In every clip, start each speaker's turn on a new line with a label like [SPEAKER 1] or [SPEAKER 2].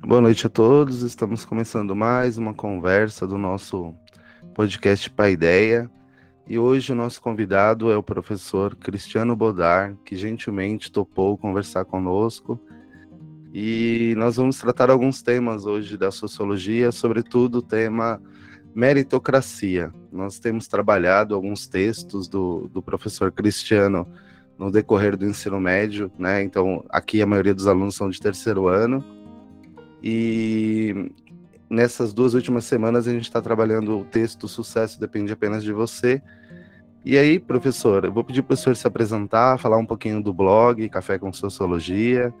[SPEAKER 1] Boa noite a todos. Estamos começando mais uma conversa do nosso podcast Paideia. E hoje o nosso convidado é o professor Cristiano Bodar, que gentilmente topou conversar conosco. E nós vamos tratar alguns temas hoje da sociologia, sobretudo o tema meritocracia. Nós temos trabalhado alguns textos do professor Cristiano no decorrer do ensino médio, né? Então, aqui a maioria dos alunos são de terceiro ano. E nessas 2 últimas semanas a gente está trabalhando o texto Sucesso Depende Apenas de Você. E aí, professor, eu vou pedir para o senhor se apresentar, falar um pouquinho do blog Café com Sociologia,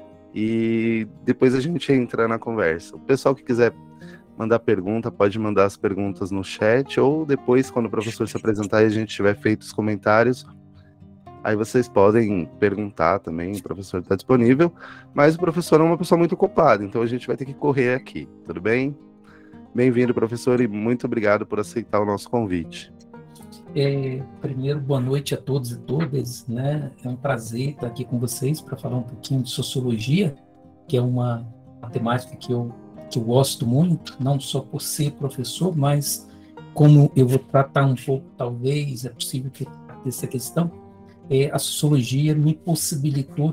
[SPEAKER 1] e depois a gente entra na conversa. O pessoal que quiser mandar pergunta, pode mandar as perguntas no chat, ou depois, quando o professor se apresentar e a gente tiver feito os comentários, aí vocês podem perguntar também, o professor está disponível, mas o professor é uma pessoa muito ocupada, então a gente vai ter que correr aqui, tudo bem? Bem-vindo, professor, e muito obrigado por aceitar o nosso convite.
[SPEAKER 2] Primeiro, boa noite a todos e todas, né? É um prazer estar aqui com vocês para falar um pouquinho de sociologia, que é uma temática que eu gosto muito, não só por ser professor, mas como eu vou tratar um pouco, talvez, é possível que essa questão, a sociologia me possibilitou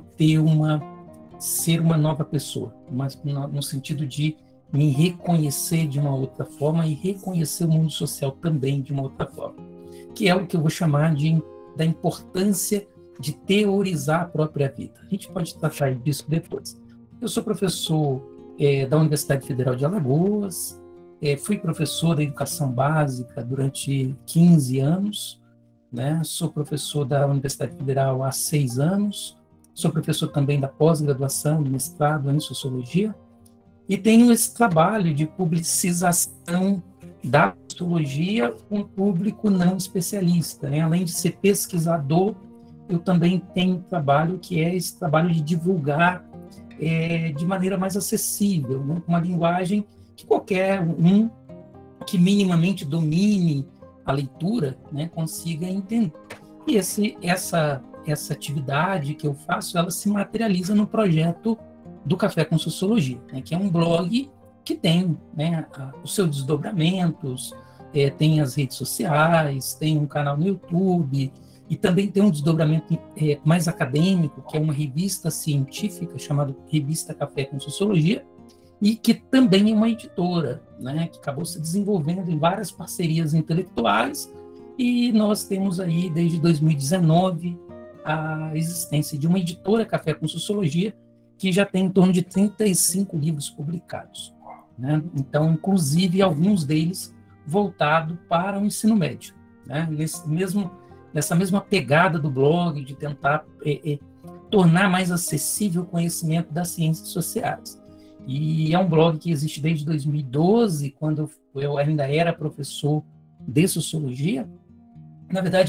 [SPEAKER 2] ser uma nova pessoa, mas no sentido de me reconhecer de uma outra forma e reconhecer o mundo social também de uma outra forma, que é o que eu vou chamar da importância de teorizar a própria vida. A gente pode tratar disso depois. Eu sou professor da Universidade Federal de Alagoas, fui professor da educação básica durante 15 anos, né? Sou professor da Universidade Federal há 6 anos, sou professor também da pós-graduação, do mestrado em Sociologia, e tenho esse trabalho de publicização da sociologia com um público não especialista, né? Além de ser pesquisador, eu também tenho um trabalho que é esse trabalho de divulgar de maneira mais acessível, né? Uma linguagem que qualquer um que minimamente domine a leitura, né, consiga entender. E essa atividade que eu faço, ela se materializa no projeto do Café com Sociologia, né, que é um blog que tem, né, os seus desdobramentos, tem as redes sociais, tem um canal no YouTube, e também tem um desdobramento mais acadêmico, que é uma revista científica chamada Revista Café com Sociologia, e que também é uma editora, né, que acabou se desenvolvendo em várias parcerias intelectuais, e nós temos aí, desde 2019, a existência de uma editora Café com Sociologia, que já tem em torno de 35 livros publicados, né? Então, inclusive, alguns deles voltados para o ensino médio, né? Nessa mesma pegada do blog, de tentar tornar mais acessível o conhecimento das ciências sociais. E é um blog que existe desde 2012, quando eu ainda era professor de sociologia. Na verdade,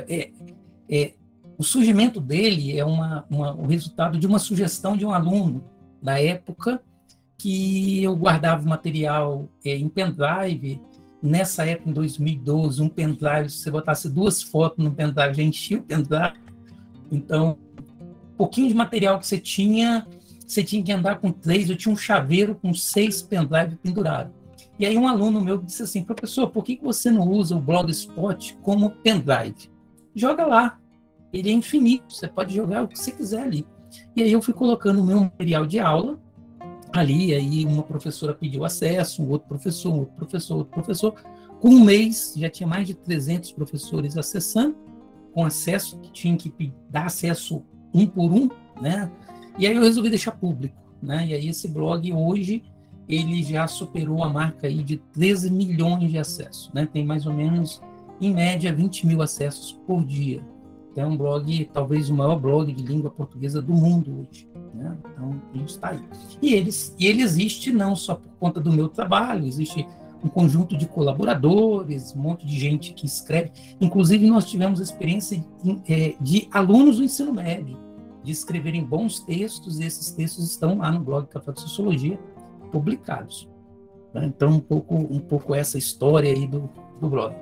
[SPEAKER 2] o surgimento dele é o resultado de uma sugestão de um aluno da época, que eu guardava o material em pendrive. Nessa época, em 2012, um pendrive, se você botasse 2 fotos no pendrive, já enchia o pendrive. Então, um pouquinho de material que você tinha que andar com 3. Eu tinha um chaveiro com 6 pendrive pendurados. E aí um aluno meu disse assim: professor, por que você não usa o Blogspot como pendrive? Joga lá, ele é infinito, você pode jogar o que você quiser ali. E aí eu fui colocando o meu material de aula ali, aí uma professora pediu acesso, um outro professor. Com um mês, já tinha mais de 300 professores acessando, com acesso, que tinha que dar acesso um por um, né? E aí eu resolvi deixar público, né? E aí esse blog, hoje, ele já superou a marca aí de 13 milhões de acessos, né? Tem mais ou menos, em média, 20 mil acessos por dia. É um blog, talvez o maior blog de língua portuguesa do mundo hoje, né? Então, a gente está aí. E ele existe não só por conta do meu trabalho, existe um conjunto de colaboradores, um monte de gente que escreve. Inclusive, nós tivemos a experiência de alunos do ensino médio, de escreverem bons textos, e esses textos estão lá no blog Café de Sociologia, publicados. Então, um pouco essa história aí do blog.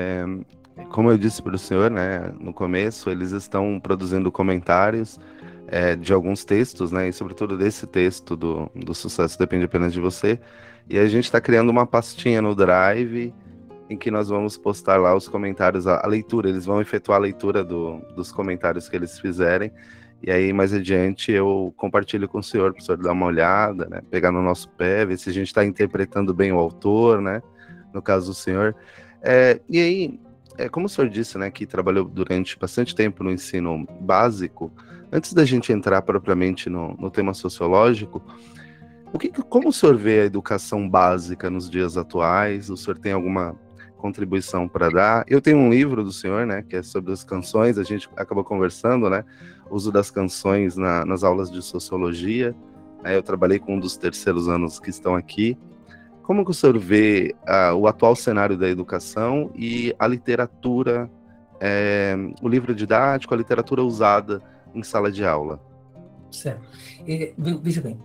[SPEAKER 1] Como eu disse para o senhor, né, no começo, eles estão produzindo comentários. de alguns textos, né, e sobretudo desse texto do Sucesso Depende Apenas de Você, e a gente está criando uma pastinha no Drive, em que nós vamos postar lá os comentários, a leitura, eles vão efetuar a leitura dos comentários que eles fizerem, e aí mais adiante eu compartilho com o senhor, para o senhor dar uma olhada, né, pegar no nosso pé, ver se a gente está interpretando bem o autor, né, no caso do senhor. E aí, como o senhor disse, né, que trabalhou durante bastante tempo no ensino básico, antes da gente entrar propriamente no tema sociológico, como o senhor vê a educação básica nos dias atuais? O senhor tem alguma contribuição para dar? Eu tenho um livro do senhor, né, que é sobre as canções, a gente acabou conversando, né, o uso das canções nas aulas de sociologia, né, eu trabalhei com um dos terceiros anos que estão aqui. Como que o senhor vê o atual cenário da educação e a literatura, o livro didático, a literatura usada em sala de aula?
[SPEAKER 2] Certo. Veja bem,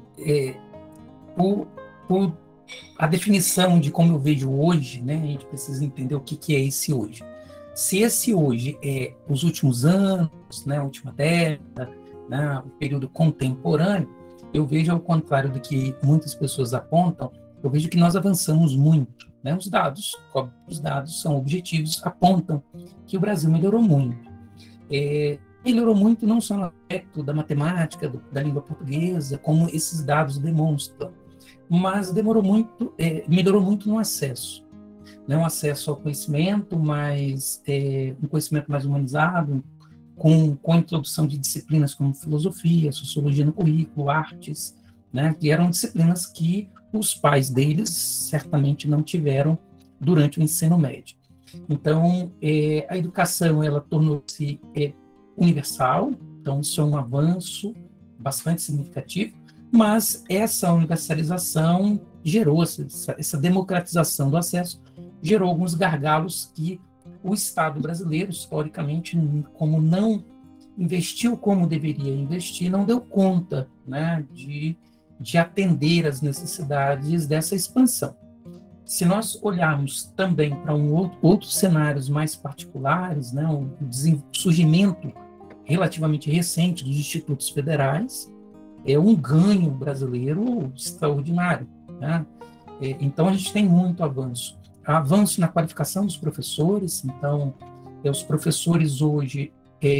[SPEAKER 2] a definição de como eu vejo hoje, né, a gente precisa entender o que é esse hoje. Se esse hoje é os últimos anos, né, a última década, né, o período contemporâneo, eu vejo ao contrário do que muitas pessoas apontam, eu vejo que nós avançamos muito, né? Os dados são objetivos, apontam que o Brasil melhorou muito. Melhorou muito não só no aspecto da matemática, da língua portuguesa, como esses dados demonstram, mas melhorou muito no acesso. Né? Um acesso ao conhecimento, um conhecimento mais humanizado, com a introdução de disciplinas como filosofia, sociologia no currículo, artes, né? Que eram disciplinas que os pais deles certamente não tiveram durante o ensino médio. Então, a educação ela tornou-se universal, então isso é um avanço bastante significativo, mas essa universalização gerou, essa democratização do acesso, gerou alguns gargalos que o Estado brasileiro, historicamente, como não investiu como deveria investir, não deu conta, né, de atender às necessidades dessa expansão. Se nós olharmos também para outros cenários mais particulares, né, o surgimento relativamente recente dos institutos federais, é um ganho brasileiro extraordinário. Né? Então, a gente tem muito avanço. Avanço na qualificação dos professores, então, os professores hoje,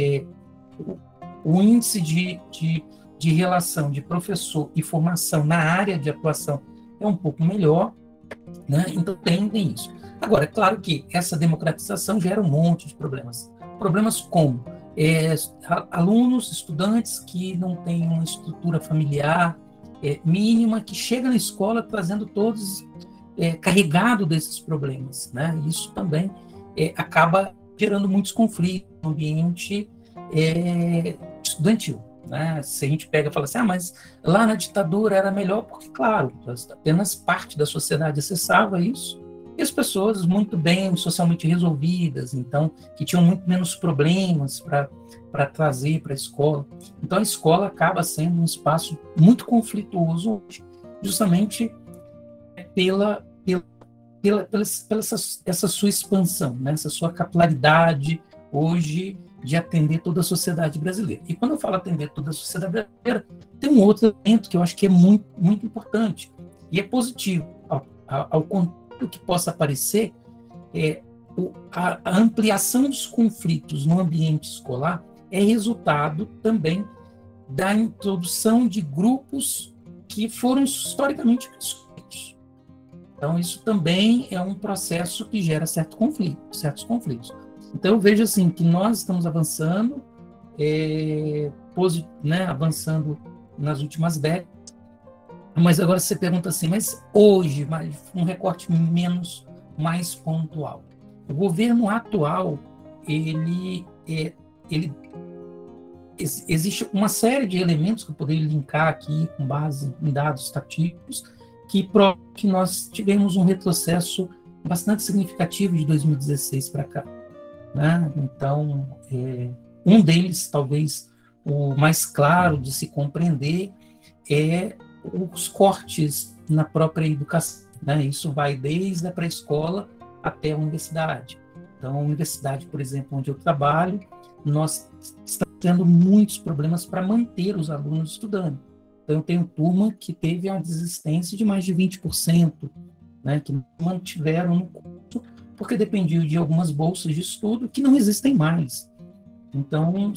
[SPEAKER 2] o índice de relação de professor e formação na área de atuação é um pouco melhor, né? Então tem isso. Agora, é claro que essa democratização gera um monte de problemas. Problemas como alunos, estudantes que não têm uma estrutura familiar mínima, que chega na escola trazendo todos carregado desses problemas, né? Isso também acaba gerando muitos conflitos no ambiente estudantil. Né? Se a gente pega e fala assim, mas lá na ditadura era melhor, porque, claro, apenas parte da sociedade acessava isso, e as pessoas muito bem socialmente resolvidas, então, que tinham muito menos problemas para trazer para a escola. Então, a escola acaba sendo um espaço muito conflituoso, justamente pela essa sua expansão, né? Essa sua capilaridade hoje de atender toda a sociedade brasileira. E quando eu falo atender toda a sociedade brasileira, tem um outro elemento que eu acho que é muito, muito importante, e é positivo, ao contrário que possa parecer, a ampliação dos conflitos no ambiente escolar é resultado também da introdução de grupos que foram historicamente excluídos. Então, isso também é um processo que gera certos conflitos. Então, eu vejo assim que nós estamos avançando, avançando nas últimas décadas, mas agora você pergunta assim, mas hoje, um recorte mais pontual. O governo atual, existe uma série de elementos que eu poderia linkar aqui com base em dados estatísticos que provam que nós tivemos um retrocesso bastante significativo de 2016 para cá. Né? Então, um deles, talvez o mais claro de se compreender, é os cortes na própria educação. Né? Isso vai desde a pré-escola até a universidade. Então, a universidade, por exemplo, onde eu trabalho, nós estamos tendo muitos problemas para manter os alunos estudando. Então, eu tenho turma que teve uma desistência de mais de 20%, né, que mantiveram no curso, porque dependiam de algumas bolsas de estudo que não existem mais. Então,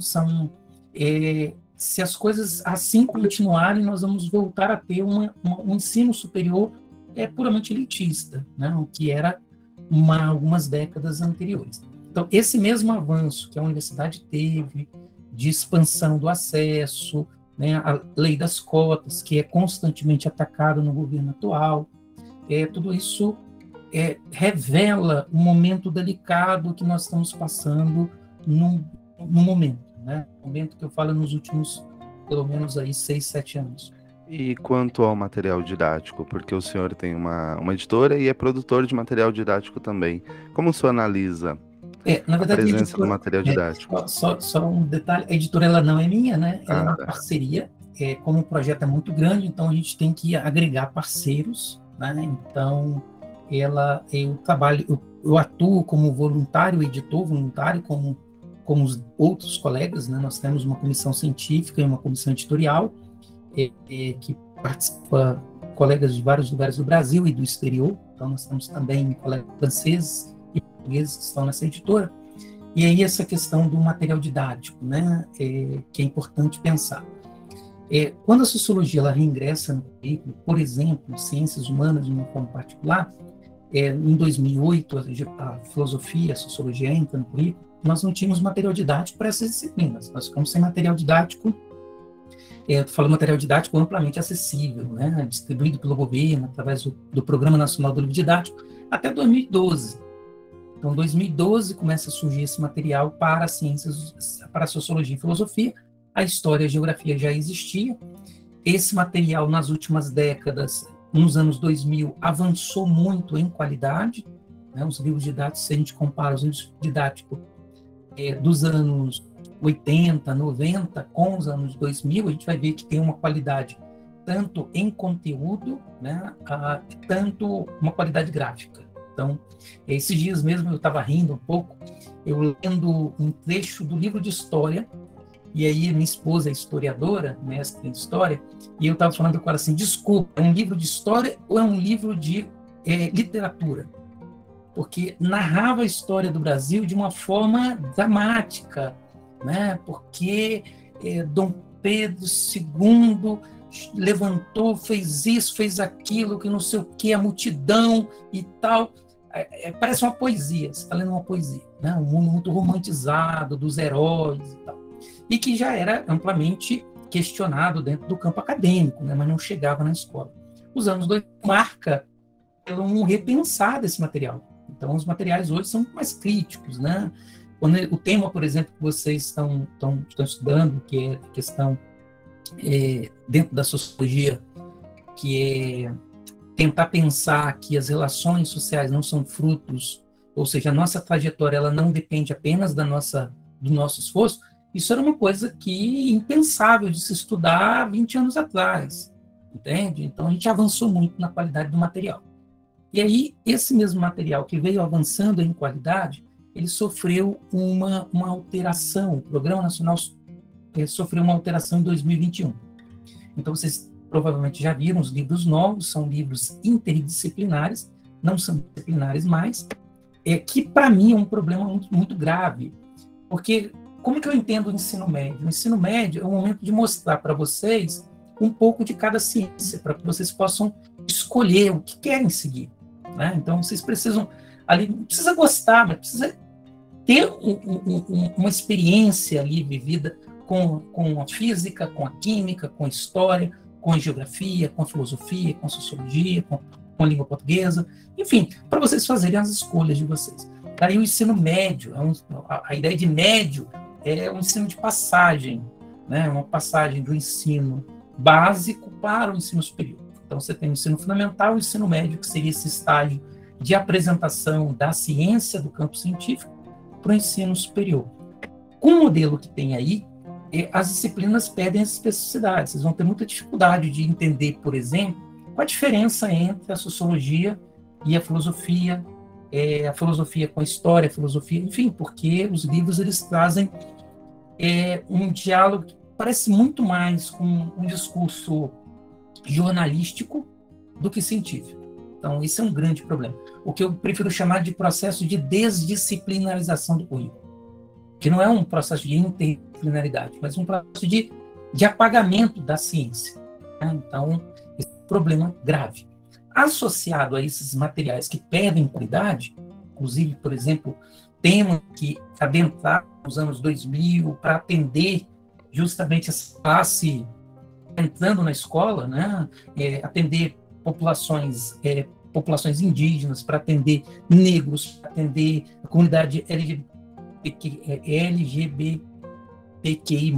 [SPEAKER 2] se as coisas assim continuarem, nós vamos voltar a ter um ensino superior puramente elitista, né, o que era algumas décadas anteriores. Então, esse mesmo avanço que a universidade teve, de expansão do acesso, né, a lei das cotas, que é constantemente atacada no governo atual, tudo isso revela um momento delicado que nós estamos passando no momento, né? Momento que eu falo nos últimos, pelo menos aí, 6, 7 anos.
[SPEAKER 1] E quanto ao material didático, porque o senhor tem uma editora e é produtor de material didático também. Como o senhor analisa
[SPEAKER 2] Na verdade,
[SPEAKER 1] a presença do material didático?
[SPEAKER 2] Só um detalhe, a editora ela não é minha, né? Ela é uma parceria, como o projeto é muito grande, então a gente tem que agregar parceiros, né? Então, eu atuo como voluntário, editor voluntário, como os outros colegas, né? Nós temos uma comissão científica e uma comissão editorial, que participa colegas de vários lugares do Brasil e do exterior. Então, nós temos também colegas franceses e portugueses que estão nessa editora. E aí, essa questão do material didático, né? Que é importante pensar. Quando a sociologia ela reingressa no currículo, por exemplo, ciências humanas de uma forma particular, em 2008, a filosofia, a sociologia entra no currículo, nós não tínhamos material didático para essas disciplinas. Nós ficamos sem material didático, estou falando material didático amplamente acessível, né, distribuído pelo governo, através do Programa Nacional do Livro Didático, até 2012. Então, em 2012, começa a surgir esse material para ciências, para a sociologia e filosofia. A história e a geografia já existia. Esse material, nas últimas décadas, nos anos 2000, avançou muito em qualidade, né? Os livros didáticos, se a gente compara os livros didáticos dos anos 80, 90 com os anos 2000, a gente vai ver que tem uma qualidade tanto em conteúdo, né, tanto uma qualidade gráfica. Então, esses dias mesmo eu estava rindo um pouco, eu lendo um trecho do livro de história, e aí minha esposa é historiadora, mestre em história, e eu estava falando com ela assim, desculpa, é um livro de história ou é um livro de literatura? Porque narrava a história do Brasil de uma forma dramática, né? Porque Dom Pedro II levantou, fez isso, fez aquilo, que não sei o que, a multidão e tal. Parece uma poesia, você está lendo uma poesia, né? Um mundo muito romantizado dos heróis e tal. E que já era amplamente questionado dentro do campo acadêmico, né? Mas não chegava na escola. Os anos 2000 marca um repensar desse material. Então, os materiais hoje são mais críticos, né? Quando o tema, por exemplo, que vocês estão estudando, que é a questão dentro da sociologia, que é tentar pensar que as relações sociais não são frutos, ou seja, a nossa trajetória ela não depende apenas do nosso esforço, isso era uma coisa que impensável de se estudar 20 anos atrás, entende? Então, a gente avançou muito na qualidade do material. E aí, esse mesmo material que veio avançando em qualidade, ele sofreu uma alteração, o Programa Nacional sofreu uma alteração em 2021. Então, vocês provavelmente já viram os livros novos, são livros interdisciplinares, não são disciplinares mais, que para mim é um problema muito, muito grave, porque como que eu entendo o ensino médio? O ensino médio é um momento de mostrar para vocês um pouco de cada ciência, para que vocês possam escolher o que querem seguir, né? Então, vocês precisam, ali, não precisa gostar, mas precisa ter uma experiência ali vivida com a física, com a química, com a história, com a geografia, com a filosofia, com a sociologia, com a língua portuguesa, enfim, para vocês fazerem as escolhas de vocês. Daí o ensino médio, a ideia de médio é um ensino de passagem, né? Uma passagem do ensino básico para o ensino superior. Então, você tem o ensino fundamental e o ensino médio, que seria esse estágio de apresentação da ciência do campo científico para o ensino superior. Com o modelo que tem aí, as disciplinas perdem essa especificidade. Vocês vão ter muita dificuldade de entender, por exemplo, qual a diferença entre a sociologia e a filosofia com a história, a filosofia, enfim, porque os livros eles trazem é um diálogo que parece muito mais com um discurso jornalístico do que científico. Então, isso é um grande problema. O que eu prefiro chamar de processo de desdisciplinarização do currículo, que não é um processo de interdisciplinaridade, mas um processo de apagamento da ciência, né? Então, esse é um problema grave. Associado a esses materiais que perdem qualidade, inclusive, por exemplo, temos que adentrar nos anos 2000 para atender justamente essa classe entrando na escola, né? Atender populações indígenas, para atender negros, para atender a comunidade LGBTQI+,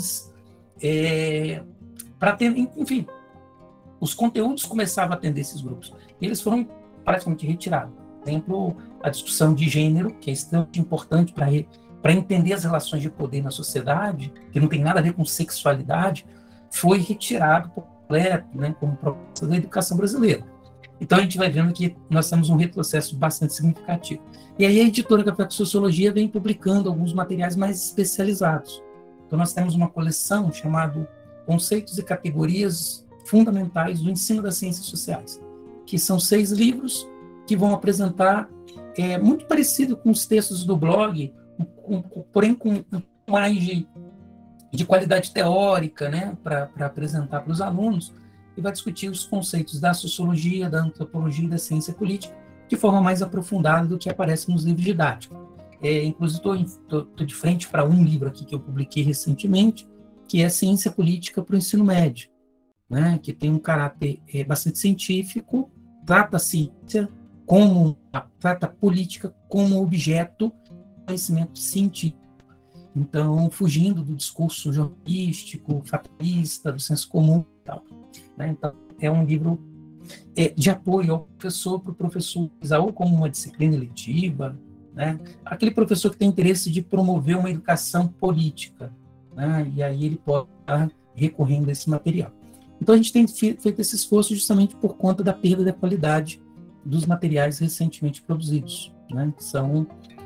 [SPEAKER 2] para atender, enfim, os conteúdos começavam a atender esses grupos. E eles foram praticamente retirados. Por exemplo, a discussão de gênero, que é extremamente importante para entender as relações de poder na sociedade, que não tem nada a ver com sexualidade, foi retirado por completo, né, como proposta da educação brasileira. Então, a gente vai vendo que nós temos um retrocesso bastante significativo. E aí a editora Café com Sociologia vem publicando alguns materiais mais especializados. Então, nós temos uma coleção chamada Conceitos e Categorias Fundamentais do Ensino das Ciências Sociais, que são 6 livros que vão apresentar, muito parecido com os textos do blog, porém com mais de qualidade teórica, né, para apresentar para os alunos, e vai discutir os conceitos da sociologia, da antropologia e da ciência política de forma mais aprofundada do que aparece nos livros didáticos. Inclusive, estou de frente para um livro aqui que eu publiquei recentemente, que é Ciência Política para o Ensino Médio, né, que tem um caráter bastante científico, trata a ciência trata a política como objeto de conhecimento científico. Então, fugindo do discurso jornalístico, fatalista, do senso comum e tal, né? Então, é um livro de apoio ao professor, para o professor usar ou como uma disciplina eletiva, né? Aquele professor que tem interesse de promover uma educação política, né? E aí ele pode estar recorrendo a esse material. Então, a gente tem feito esse esforço justamente por conta da perda da qualidade dos materiais recentemente produzidos, né? Que são,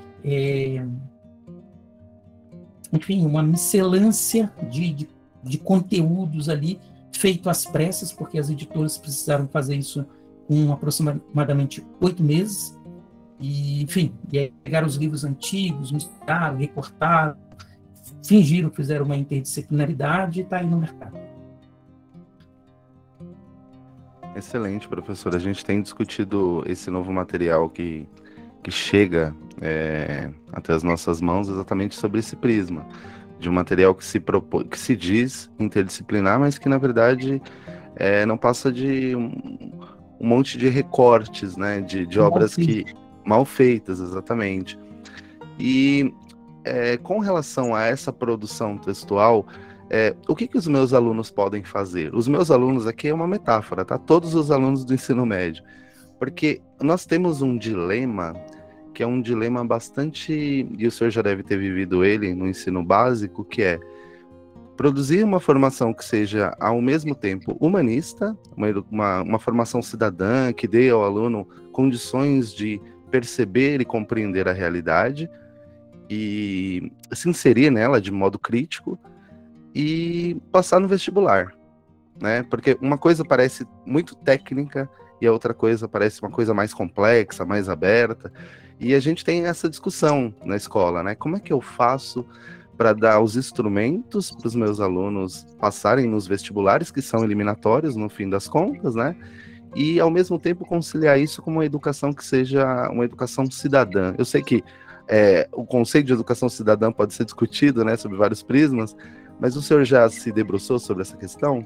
[SPEAKER 2] enfim, uma miscelância de conteúdos ali, feito às pressas, porque as editoras precisaram fazer isso com aproximadamente 8 meses, e, enfim, pegaram os livros antigos, misturaram, recortaram, fizeram uma interdisciplinaridade e está aí no mercado.
[SPEAKER 1] Excelente, professor. A gente tem discutido esse novo material que chega até as nossas mãos exatamente sobre esse prisma de um material que se diz interdisciplinar, mas que na verdade não passa de um monte de recortes, né, de obras que mal feitas, exatamente. E com relação a essa produção textual, o que os meus alunos podem fazer? Os meus alunos aqui é uma metáfora, tá? Todos os alunos do ensino médio, porque nós temos um dilema que é um dilema bastante, e o senhor já deve ter vivido ele no ensino básico, que é produzir uma formação que seja, ao mesmo tempo, humanista, uma formação cidadã, que dê ao aluno condições de perceber e compreender a realidade, e se inserir nela de modo crítico, e passar no vestibular, né? Porque uma coisa parece muito técnica, e a outra coisa parece uma coisa mais complexa, mais aberta, e a gente tem essa discussão na escola, né? Como é que eu faço para dar os instrumentos para os meus alunos passarem nos vestibulares, que são eliminatórios no fim das contas, né? E ao mesmo tempo conciliar isso com uma educação que seja uma educação cidadã. Eu sei que o conceito de educação cidadã pode ser discutido, né, sobre vários prismas, mas o senhor já se debruçou sobre essa questão?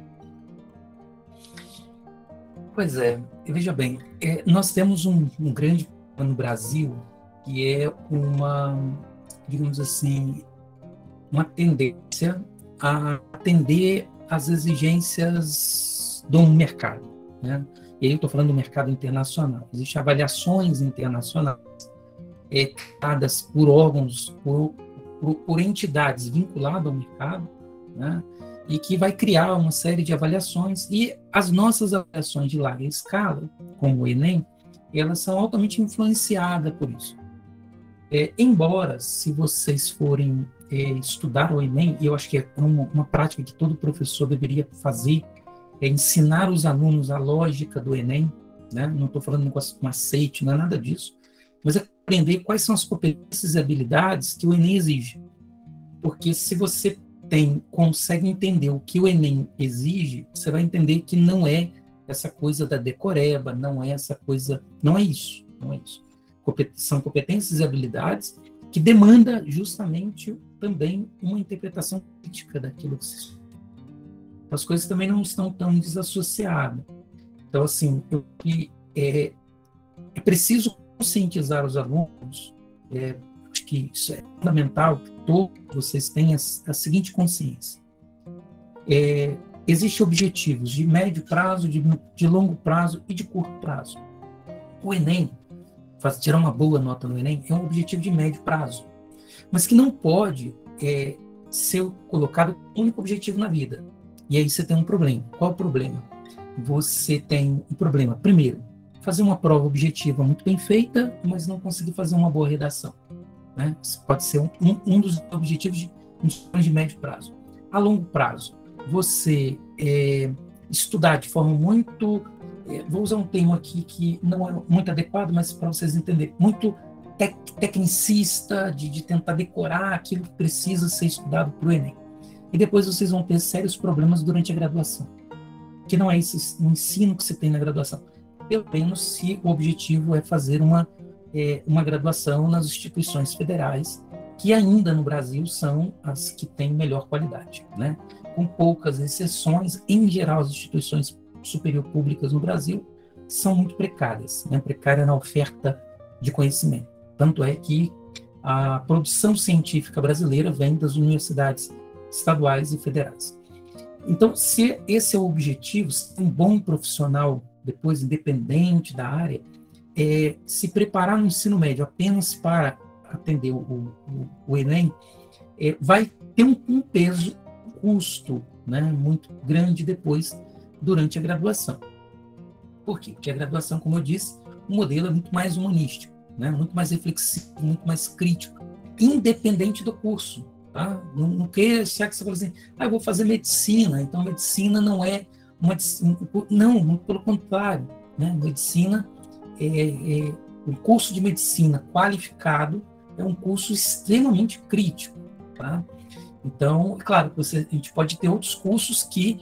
[SPEAKER 2] Pois é, veja bem, nós temos um grande problema no Brasil, que é digamos assim, uma tendência a atender às exigências do mercado, né? E aí eu estou falando do mercado internacional. Existem avaliações internacionais dadas por órgãos, por entidades vinculadas ao mercado, né? E que vai criar uma série de avaliações, e as nossas avaliações de larga escala, como o Enem, elas são altamente influenciadas por isso. Embora, se vocês forem estudar o Enem, e eu acho que é uma prática que todo professor deveria fazer, é ensinar os alunos a lógica do Enem, né? Não estou falando com macete, não é nada disso, mas é aprender quais são as competências e habilidades que o Enem exige. Porque se você consegue entender o que o Enem exige, você vai entender que não é essa coisa da decoreba, não é essa coisa, não é isso. São competências e habilidades que demanda justamente também uma interpretação crítica daquilo que se estuda. As coisas também não estão tão desassociadas. Então, assim, é preciso conscientizar os alunos, acho que isso é fundamental, que todos vocês tenham a seguinte consciência. Existem objetivos de médio prazo, de longo prazo e de curto prazo. O Enem, tirar uma boa nota no Enem, é um objetivo de médio prazo, mas que não pode ser colocado como único objetivo na vida. E aí você tem um problema. Qual o problema? Você tem um problema, primeiro, fazer uma prova objetiva muito bem feita, mas não conseguir fazer uma boa redação, né? Isso pode ser um dos objetivos de médio prazo. A longo prazo, você estudar de forma muito... vou usar um termo aqui que não é muito adequado, mas para vocês entenderem, muito tecnicista, de tentar decorar aquilo que precisa ser estudado para o Enem. E depois vocês vão ter sérios problemas durante a graduação, que não é esse o ensino que você tem na graduação, pelo menos se o objetivo é fazer uma graduação nas instituições federais, que ainda no Brasil são as que têm melhor qualidade, né? Com poucas exceções, em geral as instituições superior públicas no Brasil são muito precárias, né? Precária na oferta de conhecimento. Tanto é que a produção científica brasileira vem das universidades estaduais e federais. Então, se esse é o objetivo, se um bom profissional, depois independente da área, se preparar no ensino médio apenas para atender o Enem, vai ter um peso, um custo, né, muito grande depois, durante a graduação. Por quê? Porque a graduação, como eu disse, o modelo é muito mais humanístico, né, muito mais reflexivo, muito mais crítico, independente do curso. Tá? Não quer achar que você fala assim, eu vou fazer medicina, então medicina não é não, muito pelo contrário, né? Medicina, o curso de medicina qualificado é um curso extremamente crítico, tá? Então, claro, a gente pode ter outros cursos que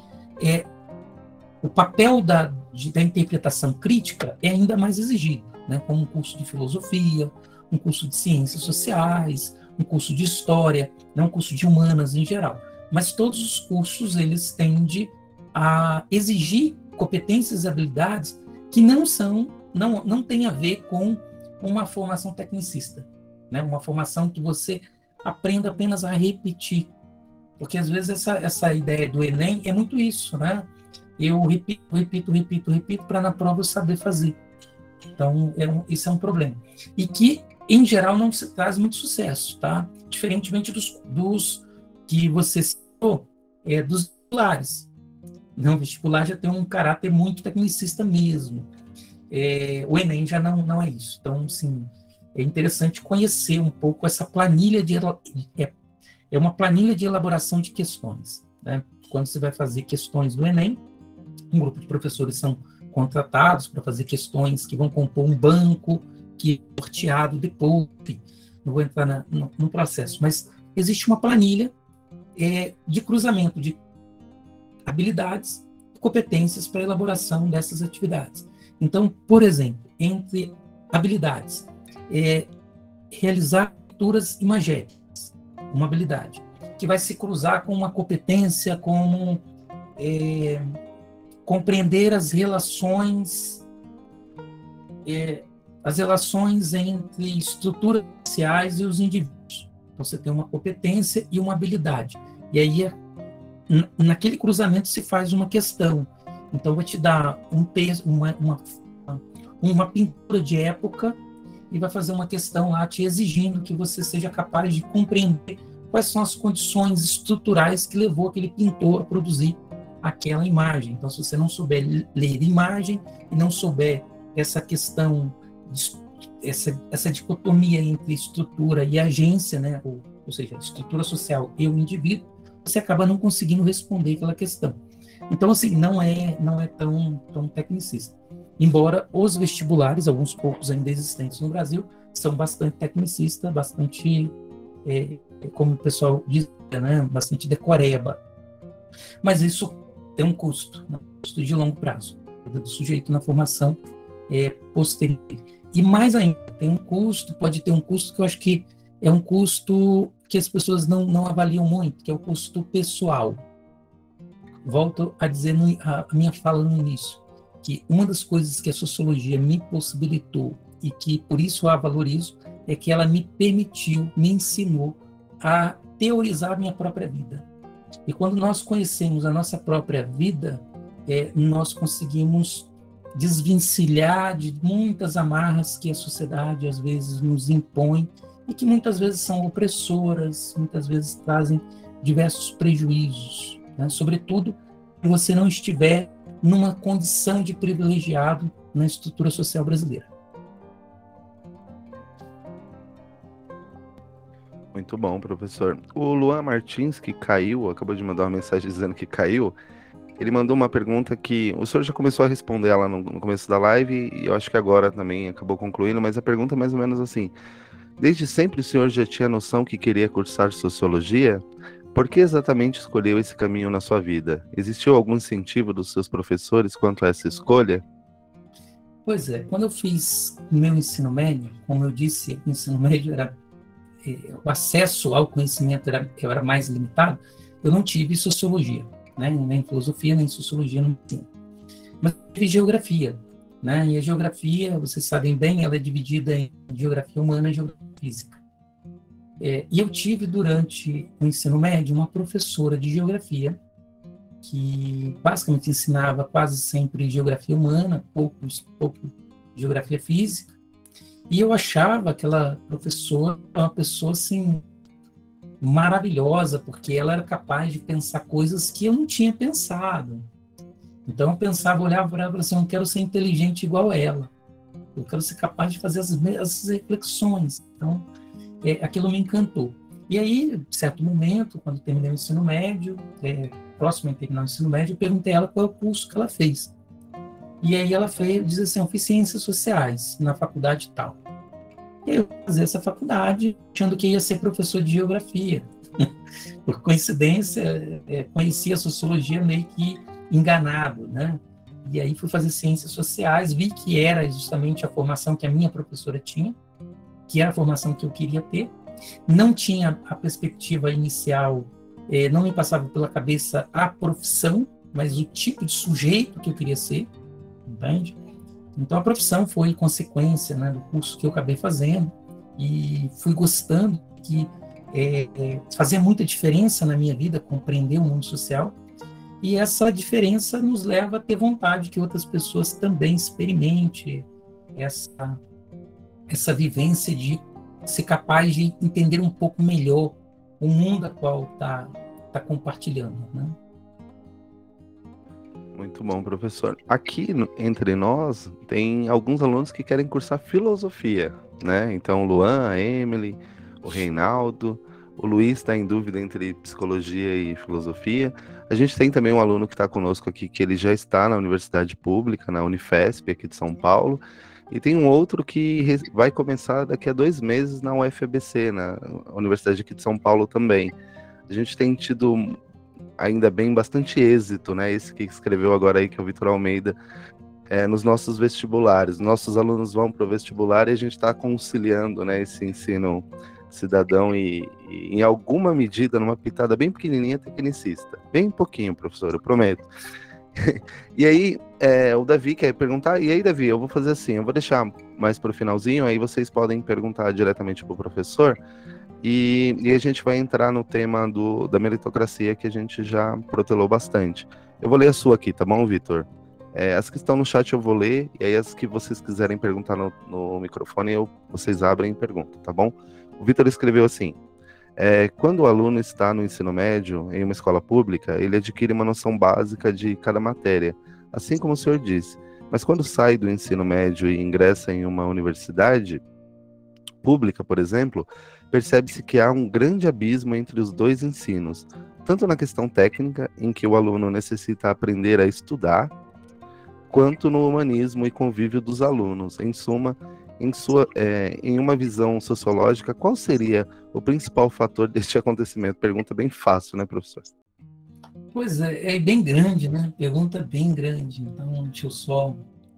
[SPEAKER 2] o papel da interpretação crítica é ainda mais exigido, né? Como um curso de filosofia, um curso de ciências sociais, um curso de história, não um curso de humanas em geral. Mas todos os cursos, eles tendem a exigir competências e habilidades que não tem a ver com uma formação tecnicista, né? Uma formação que você aprenda apenas a repetir. Porque, às vezes, essa ideia do Enem é muito isso, né? Eu repito, para na prova eu saber fazer. Então, isso é um problema. E que, em geral, não se traz muito sucesso, tá? Diferentemente dos que você citou, dos vestibulares. Não, o vestibular já tem um caráter muito tecnicista mesmo. O Enem já não é isso. Então, assim, é interessante conhecer um pouco essa planilha é uma planilha de elaboração de questões, né? Quando você vai fazer questões do Enem, um grupo de professores são contratados para fazer questões que vão compor um banco que é sorteado depois. Não vou entrar no processo, mas existe uma planilha de cruzamento de habilidades e competências para a elaboração dessas atividades. Então, por exemplo, entre habilidades, realizar leituras imagéticas, uma habilidade, que vai se cruzar com uma competência como compreender as relações entre estruturas sociais e os indivíduos. Então, você tem uma competência e uma habilidade. E aí, naquele cruzamento, se faz uma questão. Então, vai te dar um peso, uma pintura de época e vai fazer uma questão lá te exigindo que você seja capaz de compreender quais são as condições estruturais que levou aquele pintor a produzir aquela imagem. Então, se você não souber ler imagem e não souber essa questão, essa dicotomia entre estrutura e agência, né, ou seja, a estrutura social e o indivíduo, você acaba não conseguindo responder aquela questão. Então, assim, não é tão tecnicista. Embora os vestibulares, alguns poucos ainda existentes no Brasil, são bastante tecnicistas, bastante, como o pessoal diz, né, bastante decoreba. Mas isso tem um custo, né, um custo de longo prazo, do sujeito na formação posterior. E mais ainda, pode ter um custo que eu acho que é um custo que as pessoas não avaliam muito, que é o custo pessoal. Volto a dizer a minha fala no início, que uma das coisas que a sociologia me possibilitou e que por isso a valorizo é que ela me permitiu, me ensinou a teorizar a minha própria vida. E quando nós conhecemos a nossa própria vida, nós conseguimos desvencilhar de muitas amarras que a sociedade às vezes nos impõe e que muitas vezes são opressoras, muitas vezes trazem diversos prejuízos, né? Sobretudo se você não estiver numa condição de privilegiado na estrutura social brasileira.
[SPEAKER 1] Muito bom, professor. O Luan Martins, que caiu, acabou de mandar uma mensagem dizendo que caiu. Ele mandou uma pergunta que o senhor já começou a responder ela no começo da live e eu acho que agora também acabou concluindo, mas a pergunta é mais ou menos assim: desde sempre o senhor já tinha noção que queria cursar sociologia? Por que exatamente escolheu esse caminho na sua vida? Existiu algum incentivo dos seus professores quanto a essa escolha?
[SPEAKER 2] Pois é, quando eu fiz o meu ensino médio, como eu disse, o ensino médio o acesso ao conhecimento era mais limitado, eu não tive sociologia, né? Nem filosofia, nem sociologia no ensino. Mas eu tive geografia, né? E a geografia, vocês sabem bem, ela é dividida em geografia humana e geografia física. E eu tive, durante o ensino médio, uma professora de geografia que basicamente ensinava quase sempre geografia humana, pouco geografia física, e eu achava aquela professora uma pessoa assim maravilhosa, porque ela era capaz de pensar coisas que eu não tinha pensado. Então eu pensava, olhava para ela e falava assim: eu não quero ser inteligente igual ela, eu quero ser capaz de fazer essas reflexões. Então aquilo me encantou. E aí, em certo momento, quando terminei o ensino médio, próximo a terminar o ensino médio, eu perguntei a ela qual é o curso que ela fez. E aí ela diz assim: eu fiz ciências sociais na faculdade tal. E aí eu fui fazer essa faculdade achando que ia ser professor de geografia. Por coincidência, conheci a sociologia meio que enganado, né? E aí fui fazer ciências sociais, vi que era justamente a formação que a minha professora tinha, que era a formação que eu queria ter. Não tinha a perspectiva inicial, não me passava pela cabeça a profissão, mas o tipo de sujeito que eu queria ser, entende? Então a profissão foi consequência, né, do curso que eu acabei fazendo, e fui gostando, que fazia muita diferença na minha vida compreender o mundo social, e essa diferença nos leva a ter vontade que outras pessoas também experimentem essa vivência de ser capaz de entender um pouco melhor o mundo a qual está compartilhando, né?
[SPEAKER 1] Muito bom, professor. Aqui entre nós tem alguns alunos que querem cursar filosofia, né? Então o Luan, a Emily, o Reinaldo, o Luiz está em dúvida entre psicologia e filosofia. A gente tem também um aluno que está conosco aqui, que ele já está na universidade pública, na Unifesp, aqui de São Paulo. E tem um outro que vai começar daqui a 2 meses na UFABC, na Universidade aqui de São Paulo também. A gente tem tido, ainda bem, bastante êxito, né? Esse que escreveu agora aí, que é o Vitor Almeida, nos nossos vestibulares. Nossos alunos vão para o vestibular e a gente está conciliando, né, esse ensino cidadão e, em alguma medida, numa pitada bem pequenininha, tecnicista. Bem pouquinho, professor, eu prometo. E aí, o Davi quer perguntar. E aí, Davi, eu vou fazer assim, eu vou deixar mais para o finalzinho, aí vocês podem perguntar diretamente para o professor, e a gente vai entrar no tema da meritocracia, que a gente já protelou bastante. Eu vou ler a sua aqui, tá bom, Vitor? As que estão no chat eu vou ler, e aí as que vocês quiserem perguntar no microfone, vocês abrem e perguntam, tá bom? O Vitor escreveu assim: quando o aluno está no ensino médio, em uma escola pública, ele adquire uma noção básica de cada matéria, assim como o senhor disse. Mas quando sai do ensino médio e ingressa em uma universidade pública, por exemplo, percebe-se que há um grande abismo entre os dois ensinos, tanto na questão técnica, em que o aluno necessita aprender a estudar, quanto no humanismo e convívio dos alunos. Em suma, em uma visão sociológica, qual seria o principal fator deste acontecimento? Pergunta bem fácil, né, professor?
[SPEAKER 2] Pois é bem grande, né? Pergunta bem grande. Então, deixa eu só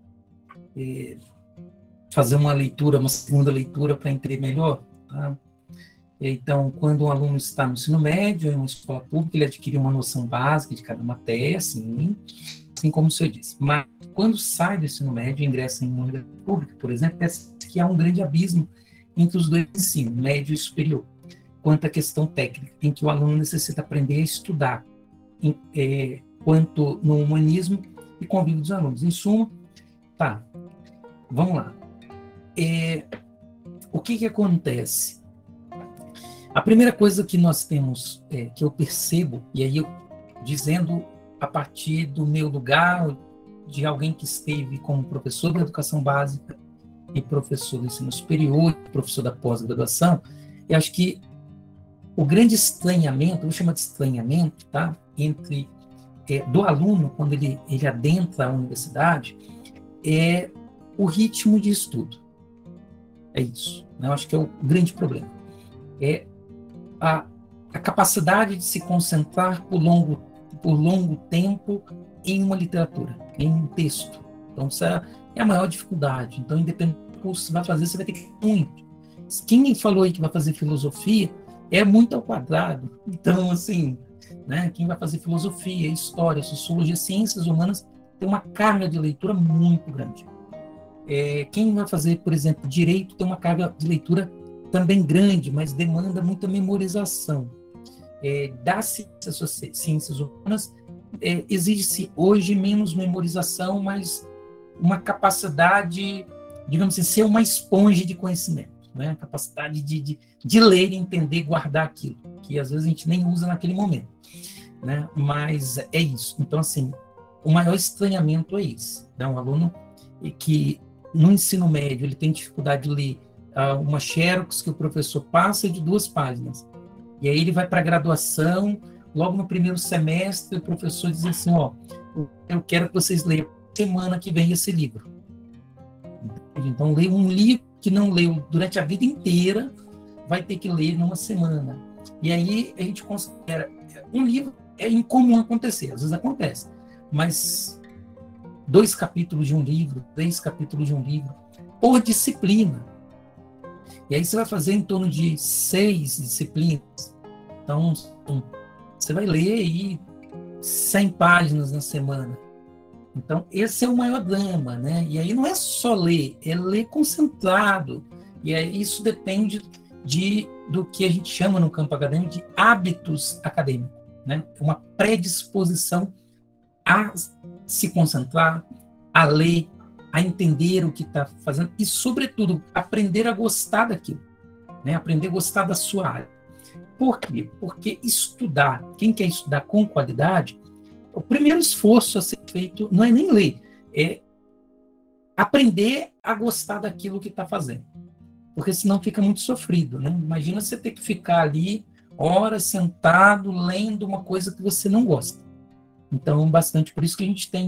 [SPEAKER 2] fazer uma segunda leitura para entender melhor, tá? Então, quando um aluno está no ensino médio, em uma escola pública, ele adquire uma noção básica de cada matéria, assim como o senhor disse. Mas, quando sai do ensino médio e ingressa em uma universidade pública, por exemplo, parece que há um grande abismo entre os dois ensinos, médio e superior, quanto à questão técnica, em que o aluno necessita aprender a estudar, quanto no humanismo e convívio dos alunos. Em suma, tá, vamos lá. O que acontece? A primeira coisa que nós temos, que eu percebo, e aí eu dizendo a partir do meu lugar, de alguém que esteve como professor da educação básica e professor do ensino superior, professor da pós-graduação, eu acho que o grande estranhamento, vou chamar de estranhamento, tá? Entre do aluno, quando ele adentra a universidade, é o ritmo de estudo. É isso. Eu acho que é o grande problema. É a capacidade de se concentrar por longo tempo em uma literatura, em um texto. Então, essa é a maior dificuldade. Então, independente do curso que você vai fazer, você vai ter que muito. Quem falou aí que vai fazer filosofia é muito ao quadrado. Então, assim, né, quem vai fazer filosofia, história, sociologia, ciências humanas, tem uma carga de leitura muito grande. Quem vai fazer, por exemplo, direito, tem uma carga de leitura também grande, mas demanda muita memorização. Das ciências humanas, exige-se hoje menos memorização, mas uma capacidade, digamos assim, ser uma esponja de conhecimento, né? A capacidade de ler, entender, guardar aquilo, que às vezes a gente nem usa naquele momento, né? Mas é isso. Então, assim, o maior estranhamento é isso, né? Um aluno que no ensino médio ele tem dificuldade de ler uma xerox que o professor passa de 2 páginas. E aí ele vai para a graduação, logo no primeiro semestre, o professor diz assim, eu quero que vocês leiam semana que vem esse livro. Então, leia um livro que não leu durante a vida inteira, vai ter que ler numa semana. E aí a gente considera, um livro é incomum acontecer, às vezes acontece, mas 2 capítulos de um livro, 3 capítulos de um livro, por disciplina. E aí você vai fazer em torno de 6 disciplinas. Então, você vai ler aí 100 páginas na semana. Então, esse é o maior drama, né? E aí não é só ler, é ler concentrado. E aí isso depende do que a gente chama no campo acadêmico de hábitos acadêmicos, né? Uma predisposição a se concentrar, a ler, a entender o que está fazendo e, sobretudo, aprender a gostar daquilo, né? Aprender a gostar da sua área. Por quê? Porque estudar, quem quer estudar com qualidade, o primeiro esforço a ser feito não é nem ler, é aprender a gostar daquilo que está fazendo. Porque senão fica muito sofrido, né? Imagina você ter que ficar ali horas sentado lendo uma coisa que você não gosta. Então, bastante. Por isso que a gente tem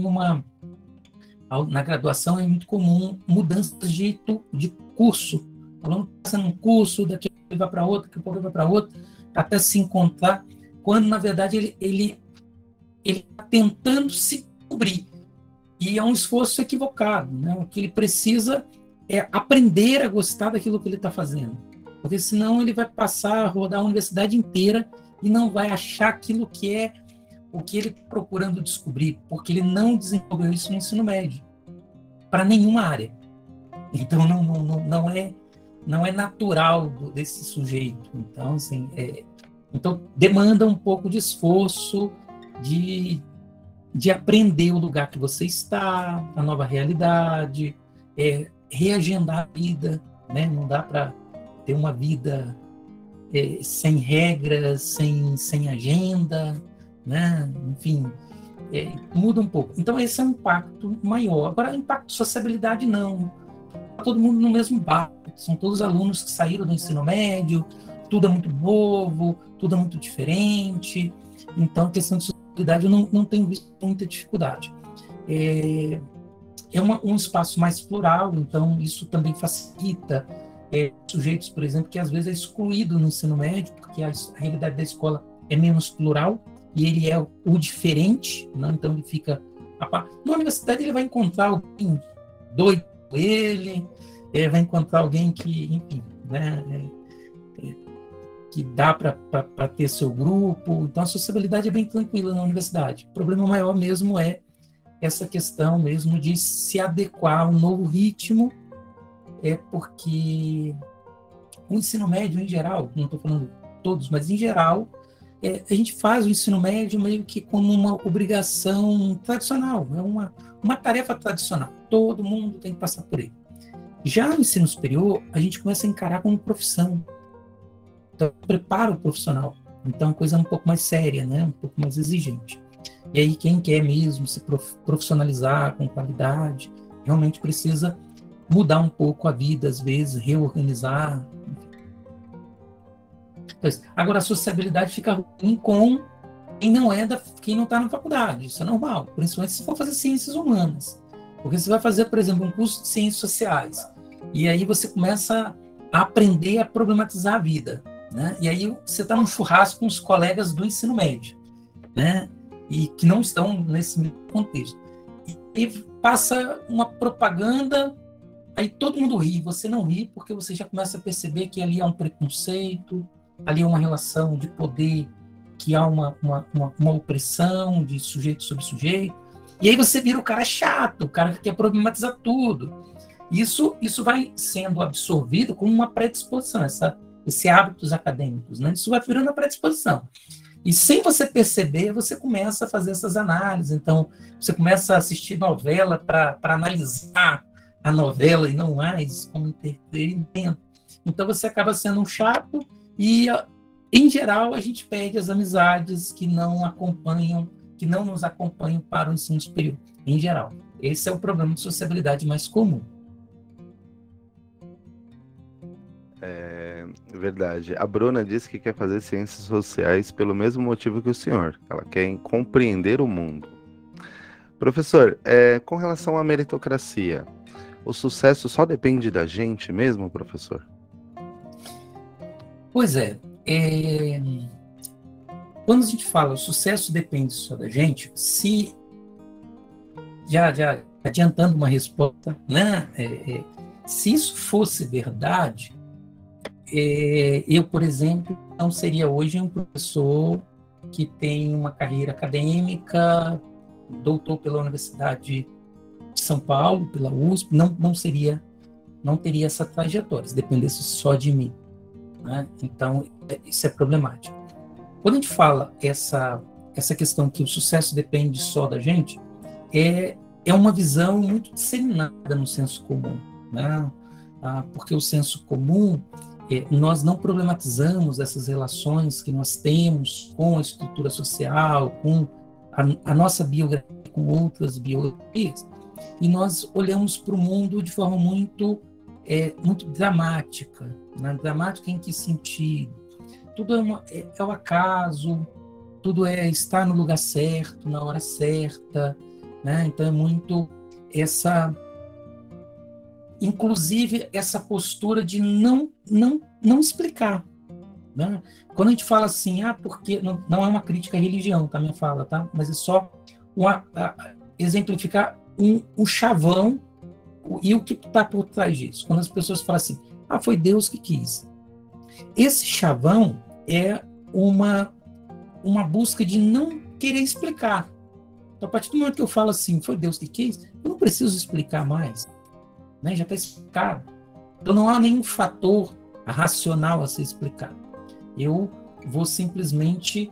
[SPEAKER 2] na graduação é muito comum mudanças de curso. O aluno passa num curso, daqui a pouco ele vai para outro, daqui a pouco ele vai para outro, até se encontrar, quando, na verdade, ele está tentando se cobrir. E é um esforço equivocado, né? O que ele precisa é aprender a gostar daquilo que ele está fazendo. Porque senão ele vai passar a rodar a universidade inteira e não vai achar aquilo que é o que ele está procurando descobrir, porque ele não desenvolveu isso no ensino médio, para nenhuma área. Então, não é natural desse sujeito. Então, assim, então demanda um pouco de esforço, de aprender o lugar que você está, a nova realidade, reagendar a vida, né? Não dá para ter uma vida sem regras, sem agenda, né? Enfim, muda um pouco. Então, esse é um impacto maior. Agora, impacto de sociabilidade, não. Todo mundo no mesmo barco. São todos alunos que saíram do ensino médio, tudo é muito novo, tudo é muito diferente. Então, a questão de sustentabilidade eu não tenho visto muita dificuldade. É um espaço mais plural, então isso também facilita sujeitos, por exemplo, que às vezes é excluído no ensino médio, porque a realidade da escola é menos plural, e ele é o diferente, né? Então ele fica... Na universidade ele vai encontrar alguém doido com ele, vai encontrar alguém que, enfim, né, que dá para ter seu grupo. Então a sociabilidade é bem tranquila na universidade. O problema maior mesmo é essa questão mesmo de se adequar a um novo ritmo, porque o ensino médio em geral, não estou falando todos, mas em geral, a gente faz o ensino médio meio que como uma obrigação tradicional, é uma tarefa tradicional, todo mundo tem que passar por ele. Já no ensino superior, a gente começa a encarar como profissão, então prepara o profissional, então a coisa é um pouco mais séria, né? Um pouco mais exigente. E aí quem quer mesmo se profissionalizar com qualidade, realmente precisa mudar um pouco a vida, às vezes, reorganizar. Agora, a sociabilidade fica ruim com quem não está na faculdade, isso é normal, principalmente se for fazer ciências humanas. Porque você vai fazer, por exemplo, um curso de ciências sociais, e aí você começa a aprender a problematizar a vida, né? E aí você está num churrasco com os colegas do ensino médio, né? E que não estão nesse mesmo contexto. E passa uma propaganda, aí todo mundo ri, você não ri, porque você já começa a perceber que ali há um preconceito, ali há uma relação de poder, que há uma opressão de sujeito sobre sujeito, e aí você vira o cara chato, o cara que quer problematizar tudo. Isso vai sendo absorvido como uma predisposição, esse hábitos acadêmicos, né? Isso vai virando a predisposição. E sem você perceber, você começa a fazer essas análises. Então, você começa a assistir novela para analisar a novela e não mais como entretenimento. Então, você acaba sendo um chato e, em geral, a gente perde as amizades que não nos acompanham para o ensino superior, em geral. Esse é o problema de sociabilidade mais comum.
[SPEAKER 1] É verdade. A Bruna disse que quer fazer ciências sociais pelo mesmo motivo que o senhor. Ela quer compreender o mundo. Professor, com relação à meritocracia, o sucesso só depende da gente mesmo, professor?
[SPEAKER 2] Pois quando a gente fala o sucesso depende só da gente, se já adiantando uma resposta, né? Se isso fosse verdade, eu, por exemplo, não seria hoje um professor que tem uma carreira acadêmica, doutor pela Universidade de São Paulo, pela USP, não teria essa trajetória, se dependesse só de mim, né? Então, isso é problemático. Quando a gente fala essa questão que o sucesso depende só da gente, é uma visão muito disseminada no senso comum, né? Porque o senso comum, nós não problematizamos essas relações que nós temos com a estrutura social, com a nossa biografia, com outras biografias, e nós olhamos para o mundo de forma muito dramática, né? Dramática em que sentido? Tudo é o acaso, tudo é estar no lugar certo, na hora certa, né? Então é muito inclusive essa postura de não explicar, né? Quando a gente fala assim, porque não é uma crítica à religião, tá, minha fala, tá? Mas é só exemplificar um chavão e o que está por trás disso. Quando as pessoas falam assim, foi Deus que quis. Esse chavão é uma busca de não querer explicar. Então, a partir do momento que eu falo assim, foi Deus que quis, eu não preciso explicar mais, né? Já está explicado. Então, não há nenhum fator racional a ser explicado. Eu vou simplesmente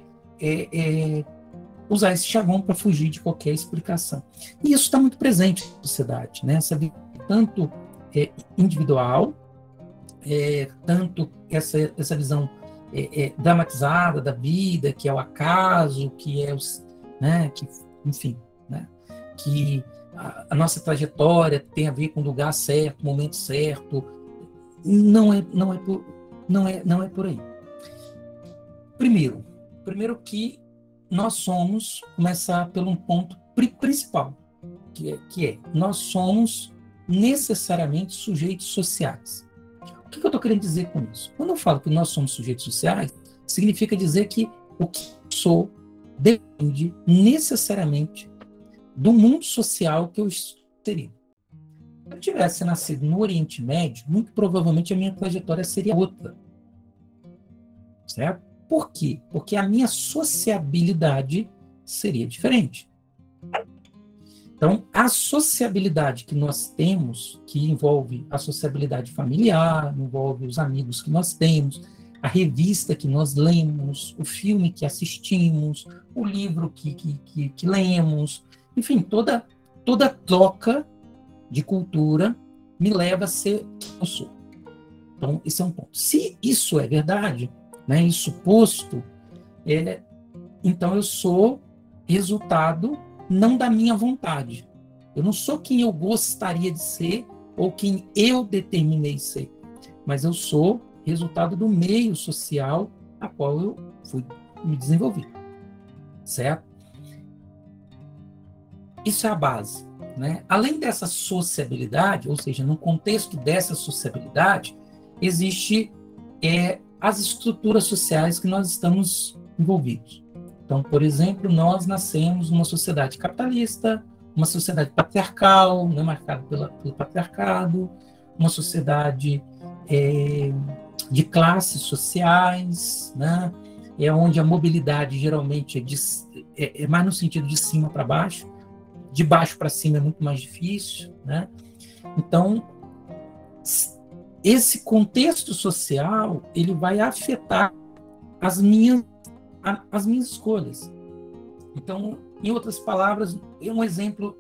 [SPEAKER 2] usar esse chavão para fugir de qualquer explicação. E isso está muito presente na sociedade, né? Essa vida tanto individual, tanto essa visão dramatizada da vida, que é o acaso, que é né? Que, enfim, né? Que a nossa trajetória tem a ver com o lugar certo, o momento certo. Não é por aí. Primeiro que nós somos, começar pelo um ponto principal, que é nós somos necessariamente sujeitos sociais. O que eu estou querendo dizer com isso? Quando eu falo que nós somos sujeitos sociais, significa dizer que o que eu sou depende necessariamente do mundo social que eu seria. Se eu tivesse nascido no Oriente Médio, muito provavelmente a minha trajetória seria outra. Certo? Por quê? Porque a minha sociabilidade seria diferente. Então, a sociabilidade que nós temos, que envolve a sociabilidade familiar, envolve os amigos que nós temos, a revista que nós lemos, o filme que assistimos, o livro que lemos, enfim, toda troca de cultura me leva a ser quem eu sou. Então, esse é um ponto. Se isso é verdade, né, isso posto, então eu sou resultado não da minha vontade. Eu não sou quem eu gostaria de ser ou quem eu determinei ser, mas eu sou resultado do meio social a qual eu fui me desenvolver. Certo? Isso é a base. Né? Além dessa sociabilidade, ou seja, no contexto dessa sociabilidade, existe as estruturas sociais que nós estamos envolvidos. Então, por exemplo, nós nascemos numa sociedade capitalista, uma sociedade patriarcal, né, marcada pelo patriarcado, uma sociedade de classes sociais, né, onde a mobilidade geralmente é mais no sentido de cima para baixo, de baixo para cima é muito mais difícil. Né? Então, esse contexto social ele vai afetar as minhas escolhas. Então, em outras palavras, um exemplo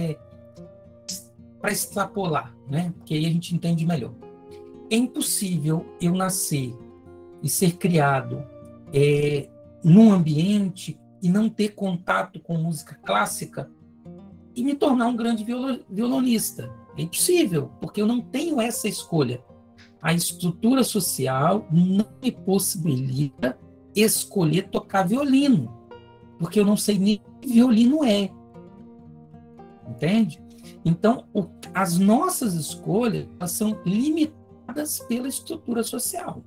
[SPEAKER 2] para extrapolar, né? Porque aí a gente entende melhor. É impossível eu nascer e ser criado num ambiente e não ter contato com música clássica e me tornar um grande violonista. É impossível, porque eu não tenho essa escolha. A estrutura social não me possibilita escolher tocar violino, porque eu não sei nem o que violino é. Entende? Então, as nossas escolhas elas são limitadas pela estrutura social.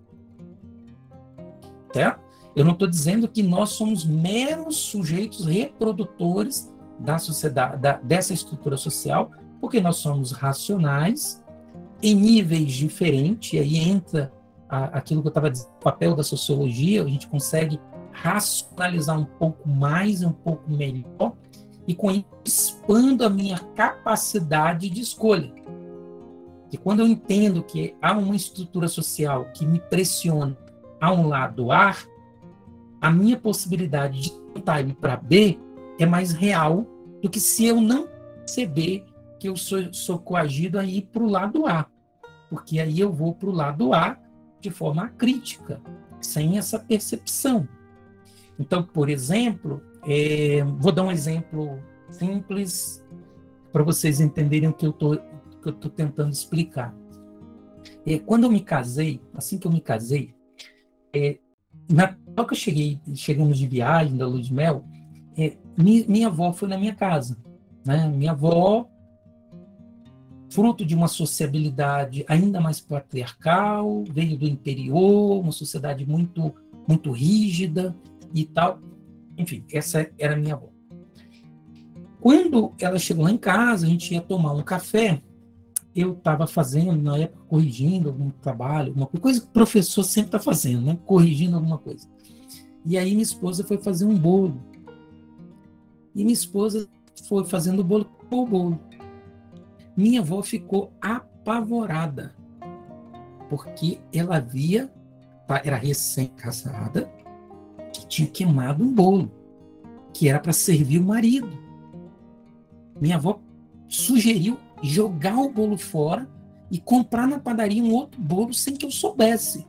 [SPEAKER 2] Certo? Eu não estou dizendo que nós somos meros sujeitos reprodutores da sociedade, dessa estrutura social, porque nós somos racionais em níveis diferentes, e aí entra aquilo que eu estava dizendo, o papel da sociologia, a gente consegue racionalizar um pouco mais, um pouco melhor, e com isso expando a minha capacidade de escolha. E quando eu entendo que há uma estrutura social que me pressiona a um lado A, a minha possibilidade de tentar ir para B é mais real do que se eu não perceber que eu sou coagido a ir para o lado A. Porque aí eu vou para o lado A de forma crítica, sem essa percepção. Então, por exemplo, vou dar um exemplo simples para vocês entenderem o que eu estou tentando explicar. Quando eu me casei, assim que eu me casei, na hora que chegamos de viagem, da lua de mel, minha avó foi na minha casa. Né? Minha avó, fruto de uma sociabilidade ainda mais patriarcal, veio do interior, uma sociedade muito, muito rígida e tal. Enfim, essa era a minha avó. Quando ela chegou lá em casa, a gente ia tomar um café, eu estava fazendo, na época, corrigindo algum trabalho, alguma coisa que o professor sempre está fazendo, né? Corrigindo alguma coisa. E aí minha esposa foi fazer um bolo. E minha esposa foi fazendo o bolo. Minha avó ficou apavorada, porque ela era recém-casada, que tinha queimado um bolo, que era para servir o marido. Minha avó sugeriu jogar o bolo fora e comprar na padaria um outro bolo sem que eu soubesse.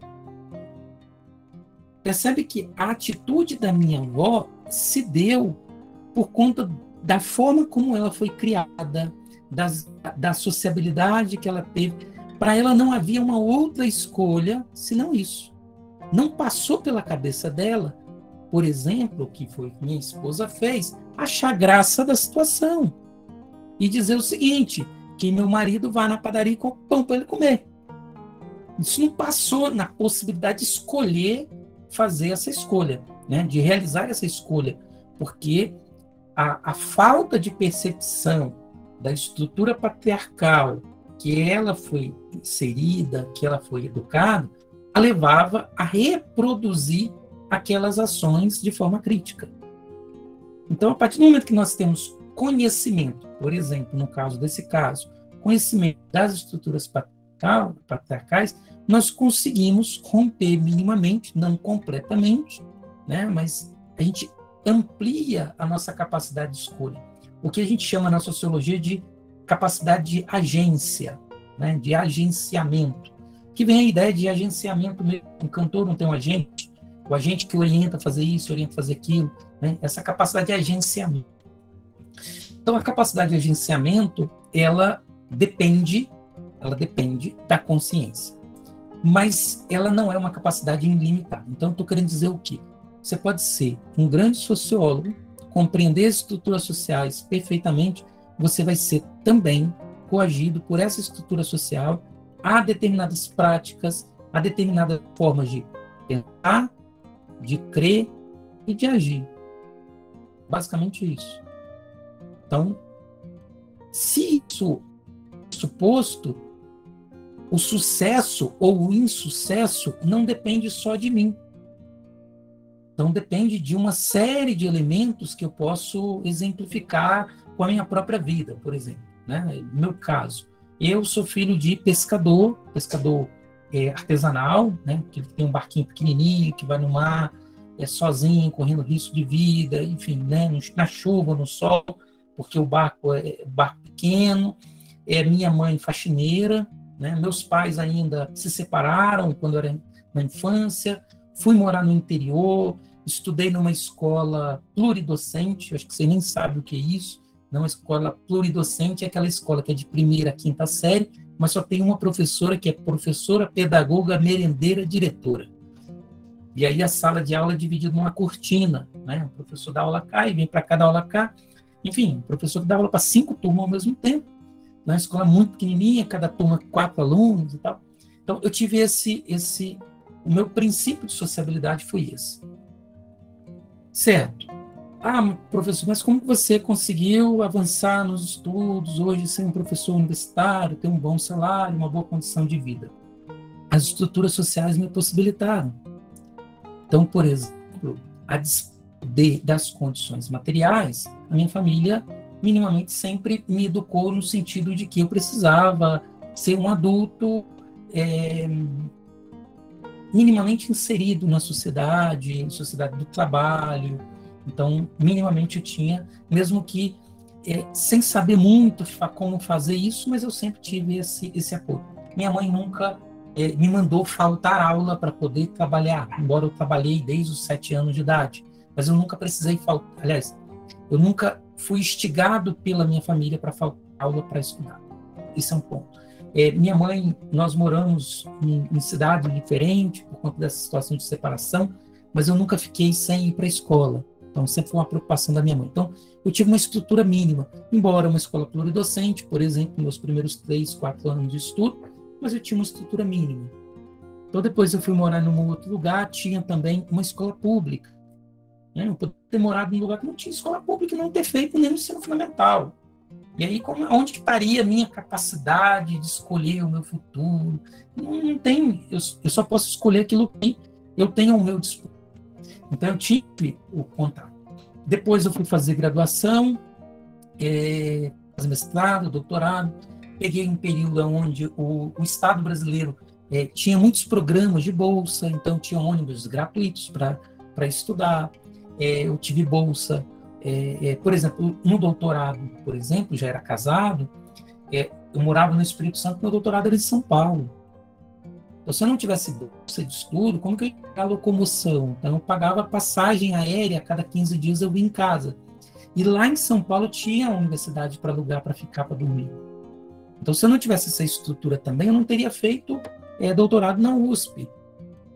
[SPEAKER 2] Percebe que a atitude da minha avó se deu por conta da forma como ela foi criada, da sociabilidade que ela teve. Para ela não havia uma outra escolha senão isso. não passou pela cabeça dela, por exemplo, o que foi que minha esposa fez, achar graça da situação e dizer o seguinte, que meu marido vá na padaria e compra pão para ele comer. Isso não passou na possibilidade de escolher fazer essa escolha, né? De realizar essa escolha, porque a falta de percepção da estrutura patriarcal que ela foi inserida, que ela foi educada, a levava a reproduzir aquelas ações de forma crítica. Então, a partir do momento que nós temos conhecimento, por exemplo, no caso desse caso, conhecimento das estruturas patriarcais, nós conseguimos romper minimamente, não completamente, né, mas a gente amplia a nossa capacidade de escolha. O que a gente chama na sociologia de capacidade de agência, né, de agenciamento, que vem a ideia de agenciamento mesmo. Um cantor não tem um agente, o agente que orienta a fazer isso, orienta a fazer aquilo, né, essa capacidade de agenciamento. Então, a capacidade de agenciamento, ela depende da consciência. Mas ela não é uma capacidade ilimitada. Então, estou querendo dizer o quê? Você pode ser um grande sociólogo, compreender as estruturas sociais perfeitamente, você vai ser também coagido por essa estrutura social a determinadas práticas, a determinadas formas de pensar, de crer e de agir. Basicamente isso. Então, se isso é suposto, o sucesso ou o insucesso não depende só de mim. Então, depende de uma série de elementos que eu posso exemplificar com a minha própria vida, por exemplo. Né? No meu caso, eu sou filho de pescador artesanal, né? Que tem um barquinho pequenininho que vai no mar, sozinho, correndo risco de vida, enfim, né? Na chuva, no sol, porque o barco é barco pequeno. Minha mãe faxineira, né? Meus pais ainda se separaram quando eu era na infância. Fui morar no interior, estudei numa escola pluridocente, acho que você nem sabe o que é isso. Não, a escola pluridocente é aquela escola que é de 1ª a 5ª série, mas só tem uma professora que é professora, pedagoga, merendeira, diretora. E aí a sala de aula é dividida numa cortina, né? O professor dá aula cá e vem para cá dar aula cá. Enfim, o professor dá aula para 5 turmas ao mesmo tempo. Na escola muito pequenininha, cada turma 4 alunos e tal. Então, eu tive o meu princípio de sociabilidade foi esse. Certo. Professor, mas como você conseguiu avançar nos estudos, hoje ser um professor universitário, ter um bom salário, uma boa condição de vida? As estruturas sociais me possibilitaram. Então, por exemplo, das condições materiais, a minha família minimamente sempre me educou no sentido de que eu precisava ser um adulto minimamente inserido na sociedade do trabalho. Então, minimamente eu tinha, mesmo que sem saber muito como fazer isso, mas eu sempre tive esse apoio. Minha mãe nunca me mandou faltar aula para poder trabalhar, embora eu trabalhei desde os 7 anos de idade, mas eu nunca precisei faltar. Aliás, eu nunca fui instigado pela minha família para faltar aula para estudar. Esse é um ponto. Minha mãe, nós moramos em cidade diferente por conta dessa situação de separação, mas eu nunca fiquei sem ir para a escola. Então, sempre foi uma preocupação da minha mãe. Então, eu tive uma estrutura mínima, embora uma escola pluridocente, por exemplo, meus primeiros 3, 4 anos de estudo, mas eu tinha uma estrutura mínima. Então, depois eu fui morar num outro lugar, tinha também uma escola pública. Eu poderia ter morado num lugar que não tinha escola pública e não ter feito nem o ensino fundamental. E aí, onde que estaria a minha capacidade de escolher o meu futuro? Não tem, eu só posso escolher aquilo que eu tenho ao meu dispor. Então, eu tive o contato. Depois, eu fui fazer graduação, fazer mestrado, doutorado. Peguei um período onde o Estado brasileiro tinha muitos programas de bolsa, então tinha ônibus gratuitos para estudar. Eu tive bolsa, por exemplo, no doutorado, por exemplo, já era casado, eu morava no Espírito Santo, meu doutorado era em São Paulo. Então, se eu não tivesse bolsa de estudo, como que eu ia pagar a locomoção? Então, eu pagava passagem aérea, a cada 15 dias eu vim em casa. E lá em São Paulo tinha a universidade para alugar, para ficar, para dormir. Então, se eu não tivesse essa estrutura também, eu não teria feito doutorado na USP.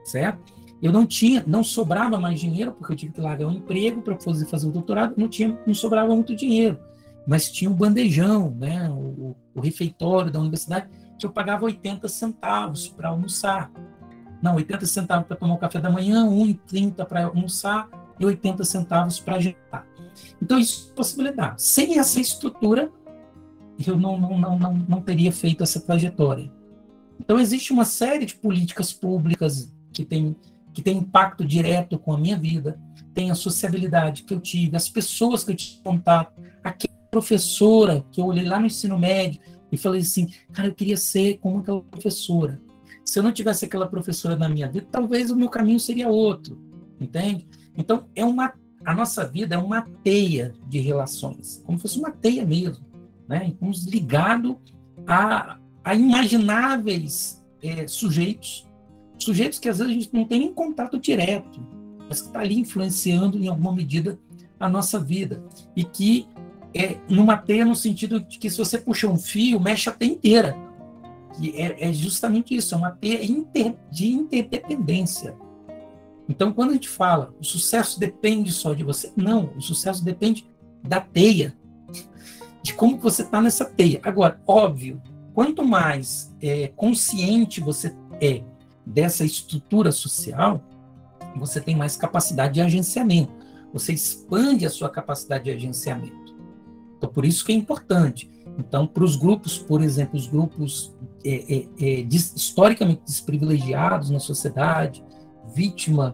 [SPEAKER 2] certo? Eu não sobrava mais dinheiro, porque eu tive que largar um emprego para fazer o doutorado, não sobrava muito dinheiro, mas tinha um bandejão, né, o refeitório da universidade, que eu pagava 80 centavos para almoçar. Não, 80 centavos para tomar o café da manhã, 1,30 para almoçar e 80 centavos para jantar. Então, isso é possibilidade. Sem essa estrutura, eu não teria feito essa trajetória. Então, existe uma série de políticas públicas que tem impacto direto com a minha vida, tem a sociabilidade que eu tive, as pessoas que eu tive contato, aquela professora que eu olhei lá no ensino médio e falei assim, cara, eu queria ser como aquela professora. Se eu não tivesse aquela professora na minha vida, talvez o meu caminho seria outro, entende? Então, a nossa vida é uma teia de relações, como se fosse uma teia mesmo, né? Estamos ligados a imagináveis sujeitos que às vezes a gente não tem nem contato direto, mas que está ali influenciando em alguma medida a nossa vida. E que numa teia no sentido de que se você puxa um fio, mexe a teia inteira. Que é justamente isso, é uma teia de interdependência. Então, quando a gente fala o sucesso depende só de você, não, o sucesso depende da teia, de como você está nessa teia. Agora, óbvio, quanto mais consciente você é dessa estrutura social, você tem mais capacidade de agenciamento. Você expande a sua capacidade de agenciamento. Então, por isso que é importante. Então, para os grupos, por exemplo, os grupos historicamente desprivilegiados na sociedade, vítima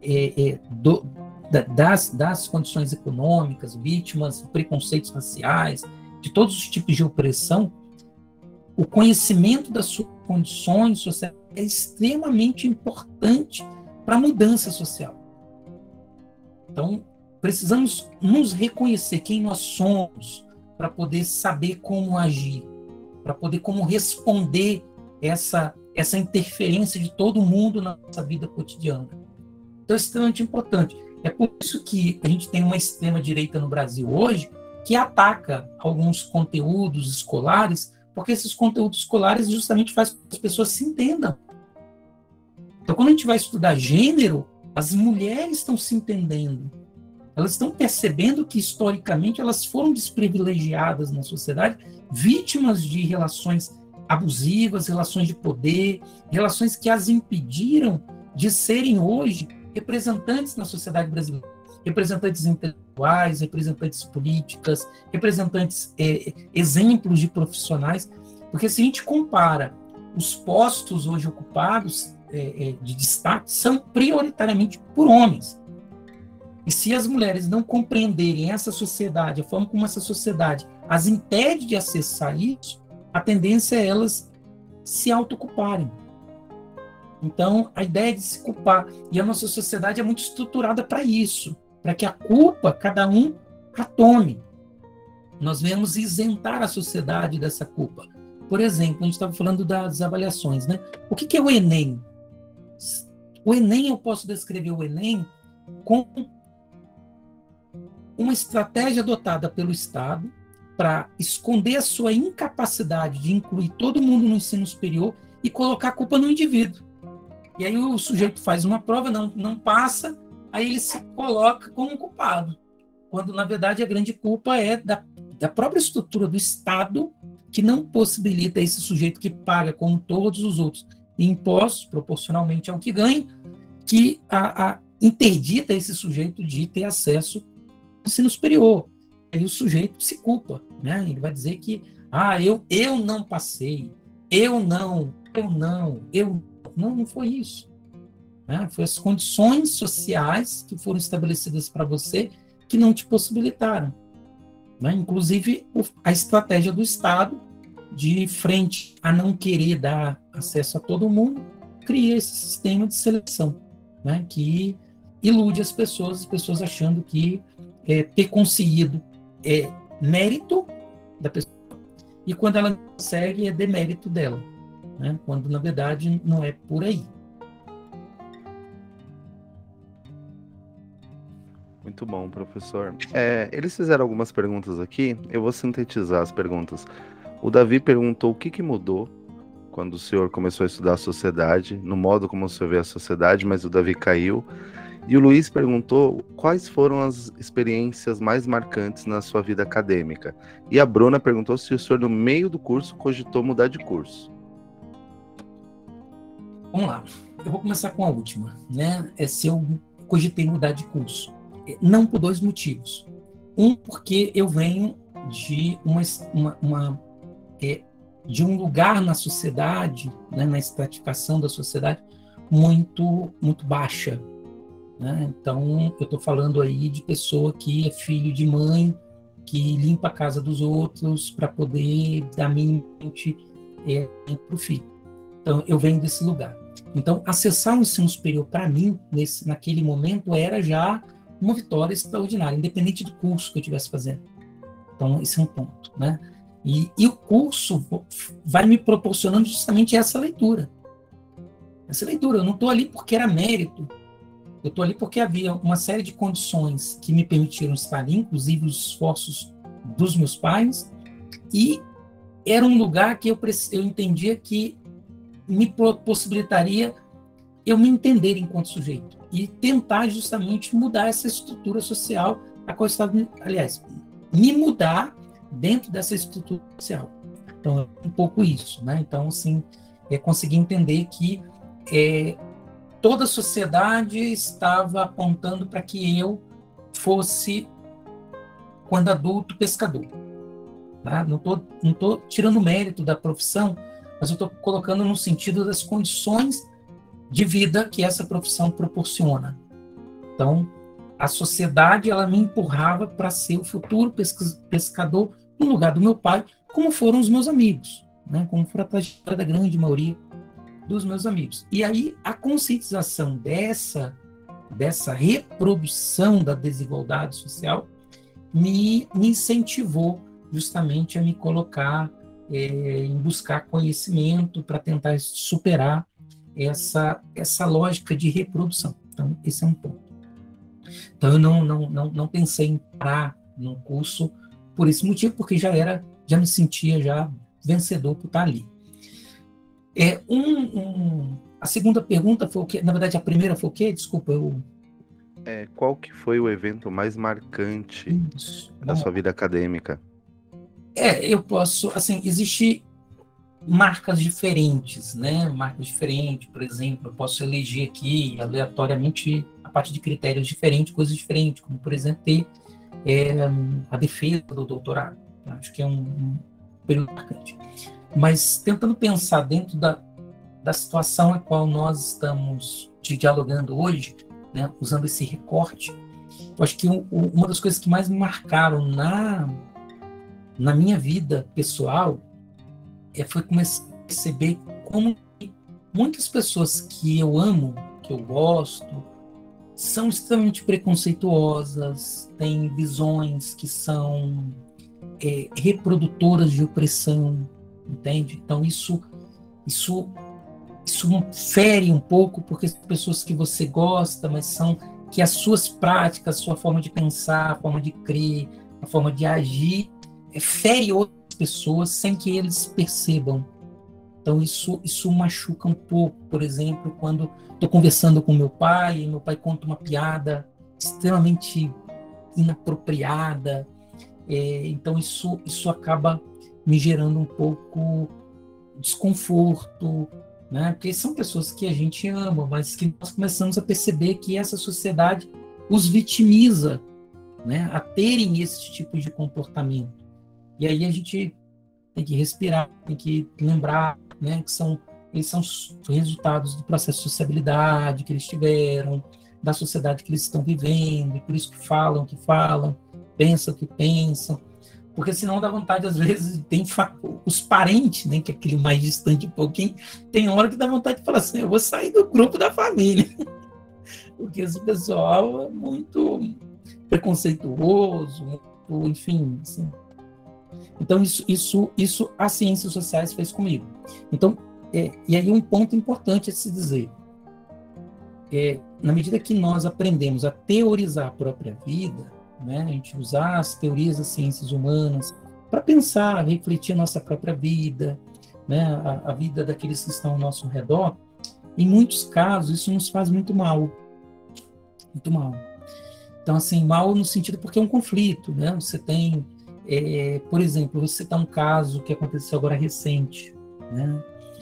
[SPEAKER 2] das condições econômicas, vítimas de preconceitos raciais, de todos os tipos de opressão, o conhecimento das suas condições sociais é extremamente importante para a mudança social. Então, precisamos nos reconhecer quem nós somos para poder saber como agir, para poder como responder essa interferência de todo mundo na nossa vida cotidiana. Então, é extremamente importante. É por isso que a gente tem uma extrema-direita no Brasil hoje que ataca alguns conteúdos escolares, porque esses conteúdos escolares justamente fazem com que as pessoas se entendam. Então, quando a gente vai estudar gênero, as mulheres estão se entendendo. Elas estão percebendo que, historicamente, elas foram desprivilegiadas na sociedade, vítimas de relações abusivas, relações de poder, relações que as impediram de serem, hoje, representantes na sociedade brasileira. Representantes intelectuais, representantes políticas, representantes, exemplos de profissionais. Porque se a gente compara os postos hoje ocupados de destaque, são prioritariamente por homens. E se as mulheres não compreenderem essa sociedade, a forma como essa sociedade as impede de acessar isso, a tendência é elas se autoocuparem. Então, a ideia de se culpar, e a nossa sociedade é muito estruturada para isso, para que a culpa cada um a tome. Nós viemos isentar a sociedade dessa culpa. Por exemplo, a gente estava falando das avaliações, né? O que é o Enem? O Enem, eu posso descrever o Enem como uma estratégia adotada pelo Estado para esconder a sua incapacidade de incluir todo mundo no ensino superior e colocar a culpa no indivíduo. E aí o sujeito faz uma prova, não passa, aí ele se coloca como culpado, quando, na verdade, a grande culpa é da própria estrutura do Estado, que não possibilita esse sujeito que paga, como todos os outros, impostos, proporcionalmente ao que ganha, que interdita esse sujeito de ter acesso ao ensino superior. Aí o sujeito se culpa, né? Ele vai dizer que eu não passei, não foi isso. Né? Foi as condições sociais que foram estabelecidas para você que não te possibilitaram. Né? Inclusive, a estratégia do Estado, de frente a não querer dar acesso a todo mundo, cria esse sistema de seleção, né? Que ilude as pessoas achando que ter conseguido é mérito da pessoa, e quando ela consegue, é demérito dela. Né? Quando, na verdade, não é por aí.
[SPEAKER 1] Muito bom, professor. Eles fizeram algumas perguntas aqui, eu vou sintetizar as perguntas. O Davi perguntou o que mudou quando o senhor começou a estudar a sociedade, no modo como o senhor vê a sociedade, mas o Davi caiu. E o Luiz perguntou quais foram as experiências mais marcantes na sua vida acadêmica. E a Bruna perguntou se o senhor, no meio do curso, cogitou mudar de curso.
[SPEAKER 2] Vamos lá. Eu vou começar com a última, né? Se eu cogitei mudar de curso. Não por dois motivos. Um, porque eu venho de de um lugar na sociedade, né, na estratificação da sociedade, muito baixa. Né? Então, eu estou falando aí de pessoa que é filho de mãe, que limpa a casa dos outros para poder dar minimamente para o filho. Então, eu venho desse lugar. Então, acessar o ensino superior, para mim, naquele momento, era já uma vitória extraordinária, independente do curso que eu estivesse fazendo. Então, esse é um ponto. Né? E o curso vai me proporcionando justamente essa leitura. Essa leitura. Eu não estou ali porque era mérito. Eu estou ali porque havia uma série de condições que me permitiram estar ali, inclusive os esforços dos meus pais, e era um lugar que eu entendia que me possibilitaria eu me entender enquanto sujeito e tentar justamente mudar essa estrutura social a qual eu estava, aliás, me mudar dentro dessa estrutura social. Então, é um pouco isso, né? Então, assim, conseguir entender que toda a sociedade estava apontando para que eu fosse, quando adulto, pescador. Tá? Não tô tirando mérito da profissão, mas eu estou colocando no sentido das condições de vida que essa profissão proporciona. Então, a sociedade ela me empurrava para ser o futuro pescador no lugar do meu pai, como foram os meus amigos, né? Como foi a trajetória da grande maioria dos meus amigos. E aí, a conscientização dessa reprodução da desigualdade social me incentivou justamente a me colocar em buscar conhecimento para tentar superar essa lógica de reprodução. Então, esse é um ponto. Então, eu não pensei em parar no curso por esse motivo, porque já me sentia já vencedor por estar ali. A segunda pergunta foi o quê? Na verdade, a primeira foi o quê? Desculpa,
[SPEAKER 1] qual que foi o evento mais marcante da sua vida acadêmica?
[SPEAKER 2] Eu posso, assim, existir marcas diferentes, né? Marcas diferentes, por exemplo, eu posso eleger aqui aleatoriamente a partir de critérios diferentes, coisas diferentes, como, por exemplo, ter a defesa do doutorado. Acho que é um período marcante. Mas tentando pensar dentro da situação a qual nós estamos dialogando hoje, né, usando esse recorte, eu acho que uma das coisas que mais me marcaram na minha vida pessoal foi começar a perceber como muitas pessoas que eu amo, que eu gosto, são extremamente preconceituosas, têm visões que são reprodutoras de opressão, entende? Então isso fere um pouco, porque as pessoas que você gosta, mas são que as suas práticas, a sua forma de pensar, a forma de crer, a forma de agir, fere outras pessoas sem que eles percebam. Então isso machuca um pouco. Por exemplo, quando estou conversando com meu pai, e meu pai conta uma piada extremamente inapropriada, então isso acaba me gerando um pouco desconforto, né? Porque são pessoas que a gente ama, mas que nós começamos a perceber que essa sociedade os vitimiza, né? A terem esse tipo de comportamento. E aí a gente tem que respirar, tem que lembrar, né, que eles são resultados do processo de sociabilidade que eles tiveram, da sociedade que eles estão vivendo, e por isso que falam, pensam que pensam, porque senão dá vontade, às vezes, tem os parentes, né, que é aquele mais distante um pouquinho, tem hora que dá vontade de falar assim, eu vou sair do grupo da família, porque esse pessoal é muito preconceituoso, muito, enfim, assim. Então, isso as ciências sociais fez comigo. Então, e aí um ponto importante é se dizer, na medida que nós aprendemos a teorizar a própria vida, né, a gente usar as teorias das ciências humanas para pensar, refletir a nossa própria vida, né, a vida daqueles que estão ao nosso redor, em muitos casos isso nos faz muito mal. Muito mal. Então, assim, mal no sentido porque é um conflito, né? Você tem, por exemplo, vou citar um caso que aconteceu agora recente, né?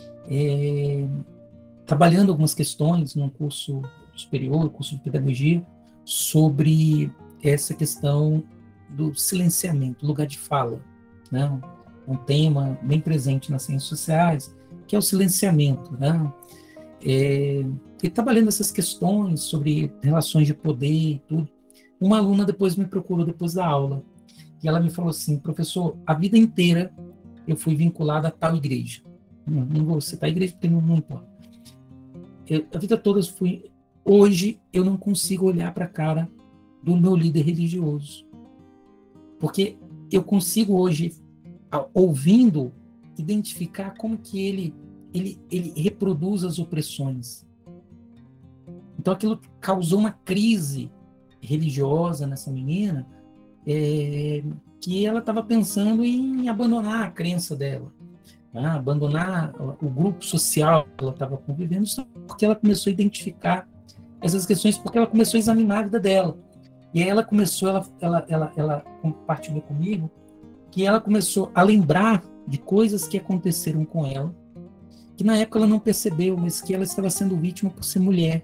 [SPEAKER 2] Trabalhando algumas questões num curso superior, curso de pedagogia, sobre essa questão do silenciamento, lugar de fala, né? Um tema bem presente nas ciências sociais, que é o silenciamento, né? E trabalhando essas questões sobre relações de poder e tudo, uma aluna depois me procurou depois da aula, e ela me falou assim: professor, a vida inteira eu fui vinculada a tal igreja. Não vou citar a igreja porque não importa. A vida toda eu fui... Hoje eu não consigo olhar para a cara do meu líder religioso, porque eu consigo hoje, ouvindo, identificar como que ele reproduz as opressões. Então aquilo causou uma crise religiosa nessa menina, que ela estava pensando em abandonar a crença dela, né? Abandonar o grupo social que ela estava convivendo, só porque ela começou a identificar essas questões, porque ela começou a examinar a vida dela. E aí ela começou, ela compartilhou comigo, que ela começou a lembrar de coisas que aconteceram com ela, que na época ela não percebeu, mas que ela estava sendo vítima por ser mulher.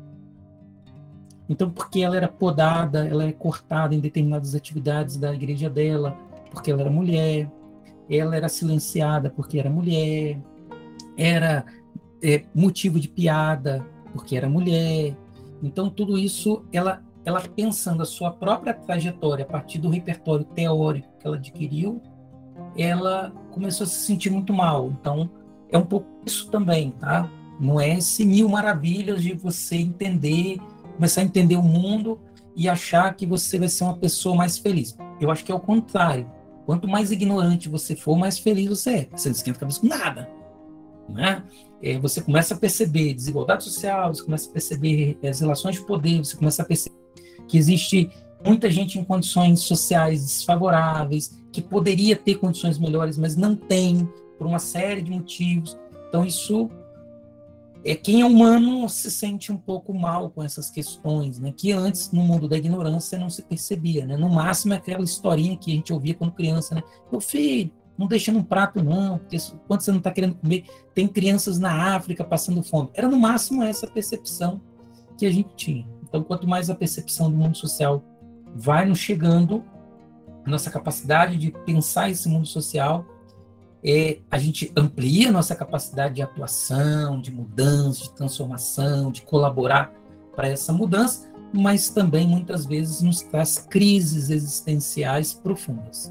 [SPEAKER 2] Então, porque ela era podada, ela é cortada em determinadas atividades da igreja dela, porque ela era mulher, ela era silenciada porque era mulher, era motivo de piada porque era mulher. Então, tudo isso, ela pensando a sua própria trajetória a partir do repertório teórico que ela adquiriu, ela começou a se sentir muito mal. Então, é um pouco isso também, tá? Não é esse mil maravilhas de você entender, começar a entender o mundo e achar que você vai ser uma pessoa mais feliz. Eu acho que é o contrário. Quanto mais ignorante você for, mais feliz você é. Você não esquenta a cabeça com nada, né? Você começa a perceber desigualdade social, você começa a perceber as relações de poder, você começa a perceber que existe muita gente em condições sociais desfavoráveis, que poderia ter condições melhores, mas não tem, por uma série de motivos. Então, isso quem é humano se sente um pouco mal com essas questões, né? Que antes, no mundo da ignorância, não se percebia, né? No máximo, é aquela historinha que a gente ouvia quando criança, né? Meu filho, não deixa num prato, não, porque quando você não está querendo comer, tem crianças na África passando fome. Era, no máximo, essa percepção que a gente tinha. Então, quanto mais a percepção do mundo social vai nos chegando, a nossa capacidade de pensar esse mundo social, a gente amplia a nossa capacidade de atuação, de mudança, de transformação, de colaborar para essa mudança, mas também, muitas vezes, nos traz crises existenciais profundas.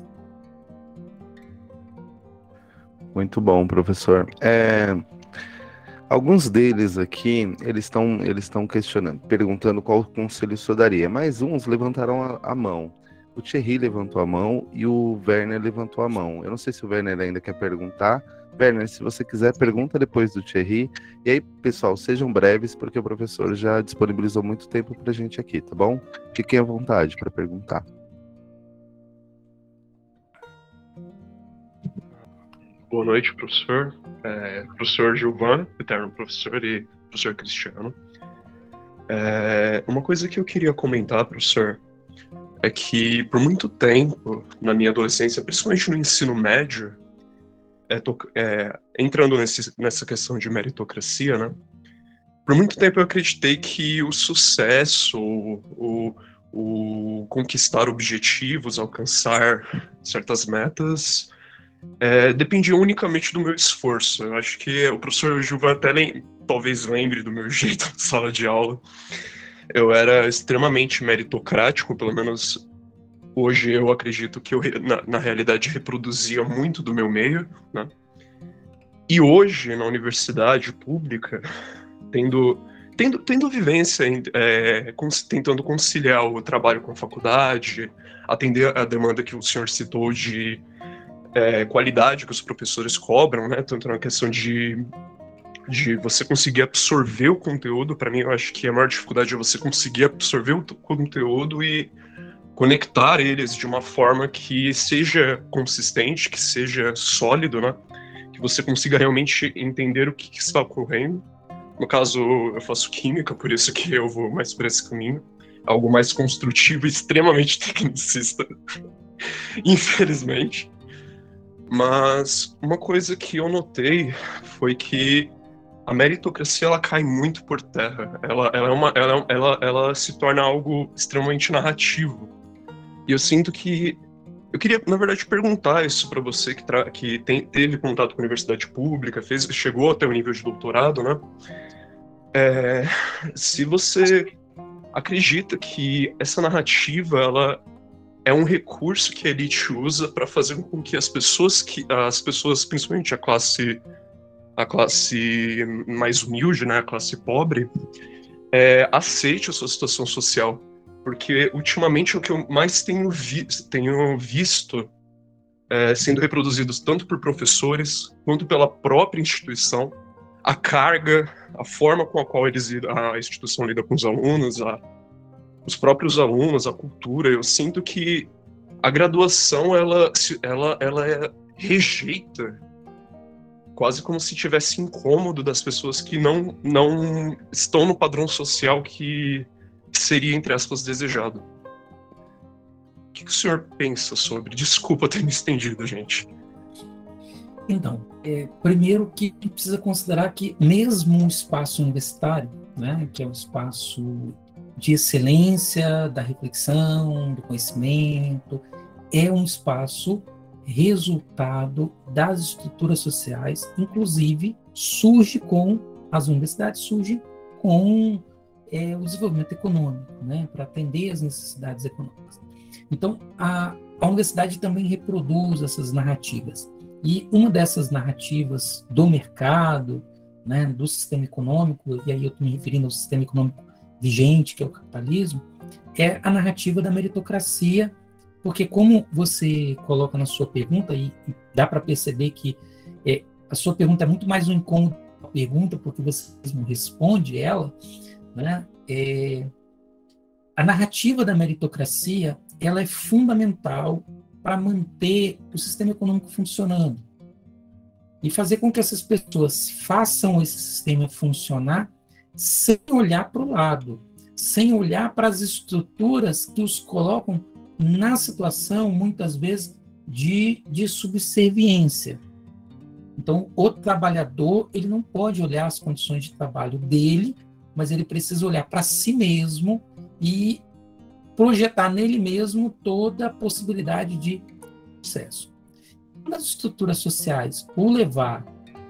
[SPEAKER 1] Muito bom, professor. Alguns deles aqui, eles estão questionando, perguntando qual conselho o senhor daria, mas uns levantaram a mão. O Thierry levantou a mão e o Werner levantou a mão. Eu não sei se o Werner ainda quer perguntar. Werner, se você quiser, pergunta depois do Thierry. E aí, pessoal, sejam breves, porque o professor já disponibilizou muito tempo para a gente aqui, tá bom? Fiquem à vontade para perguntar.
[SPEAKER 3] Boa noite, professor. Professor Gilvan, eterno professor, e professor Cristiano. Uma coisa que eu queria comentar, professor, é que por muito tempo, na minha adolescência, principalmente no ensino médio, entrando nessa questão de meritocracia, né? Por muito tempo eu acreditei que o sucesso, o conquistar objetivos, alcançar certas metas, dependia unicamente do meu esforço. Eu acho que o professor Gilvan até talvez lembre do meu jeito na sala de aula. Eu era extremamente meritocrático, pelo menos hoje eu acredito que eu, na realidade, reproduzia muito do meu meio, né? E hoje, na universidade pública, tendo vivência, tentando conciliar o trabalho com a faculdade, atender a demanda que o senhor citou de qualidade que os professores cobram, né? Tanto na questão de você conseguir absorver o conteúdo. Para mim, eu acho que a maior dificuldade é você conseguir absorver o conteúdo e conectar eles de uma forma que seja consistente, que seja sólido, né? que você consiga realmente entender o que está ocorrendo. No caso, eu faço química, por isso que eu vou mais por esse caminho. Algo mais construtivo e extremamente tecnicista, infelizmente. Mas uma coisa que eu notei foi que a meritocracia ela cai muito por terra. Ela se torna algo extremamente narrativo. E eu sinto que eu queria, na verdade, perguntar isso para você que teve contato com a universidade pública, chegou até o nível de doutorado, né? Se você acredita que essa narrativa ela é um recurso que a elite usa para fazer com que as pessoas, principalmente a classe mais humilde, né, a classe pobre, aceite a sua situação social. Porque, ultimamente, o que eu mais tenho visto sendo reproduzidos tanto por professores quanto pela própria instituição, a carga, a forma com a qual a instituição lida com os alunos, os próprios alunos, a cultura. Eu sinto que a graduação, ela rejeita, quase como se tivesse incômodo das pessoas que não estão no padrão social que seria, entre aspas, desejado. O que o senhor pensa sobre? Desculpa ter me estendido, gente.
[SPEAKER 2] Então, primeiro que a gente precisa considerar que mesmo um espaço universitário, né, que é um espaço de excelência, da reflexão, do conhecimento, é um espaço resultado das estruturas sociais, inclusive surge com as universidades, surge com o desenvolvimento econômico, né, para atender as necessidades econômicas. Então, a universidade também reproduz essas narrativas. E uma dessas narrativas do mercado, né, do sistema econômico, e aí eu estou me referindo ao sistema econômico vigente, que é o capitalismo, é a narrativa da meritocracia, porque como você coloca na sua pergunta, e dá para perceber que a sua pergunta é muito mais um incômodo da pergunta, porque você mesmo responde ela, né? A narrativa da meritocracia ela é fundamental para manter o sistema econômico funcionando e fazer com que essas pessoas façam esse sistema funcionar sem olhar para o lado, sem olhar para as estruturas que os colocam na situação, muitas vezes, de subserviência. Então, o trabalhador ele não pode olhar as condições de trabalho dele, mas ele precisa olhar para si mesmo e projetar nele mesmo toda a possibilidade de sucesso. Nas estruturas sociais, o levar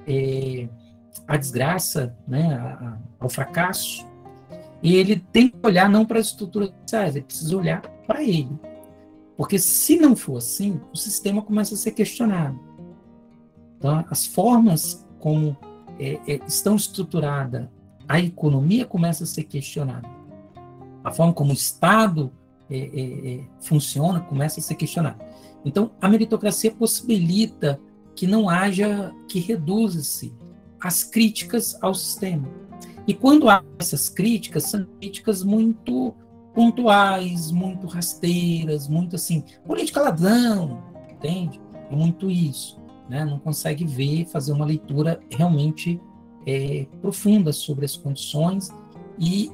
[SPEAKER 2] à desgraça, né, ao fracasso, ele tem que olhar não para as estruturas sociais, ele precisa olhar para ele. Porque se não for assim, o sistema começa a ser questionado. Então, as formas como estão estruturadas, a economia começa a ser questionada. A forma como o Estado funciona começa a ser questionada. Então, a meritocracia possibilita que não haja, que reduza-se as críticas ao sistema. E quando há essas críticas, são críticas muito pontuais, muito rasteiras, muito assim, política ladrão, entende? É muito isso, né? Não consegue ver, fazer uma leitura realmente profunda sobre as condições e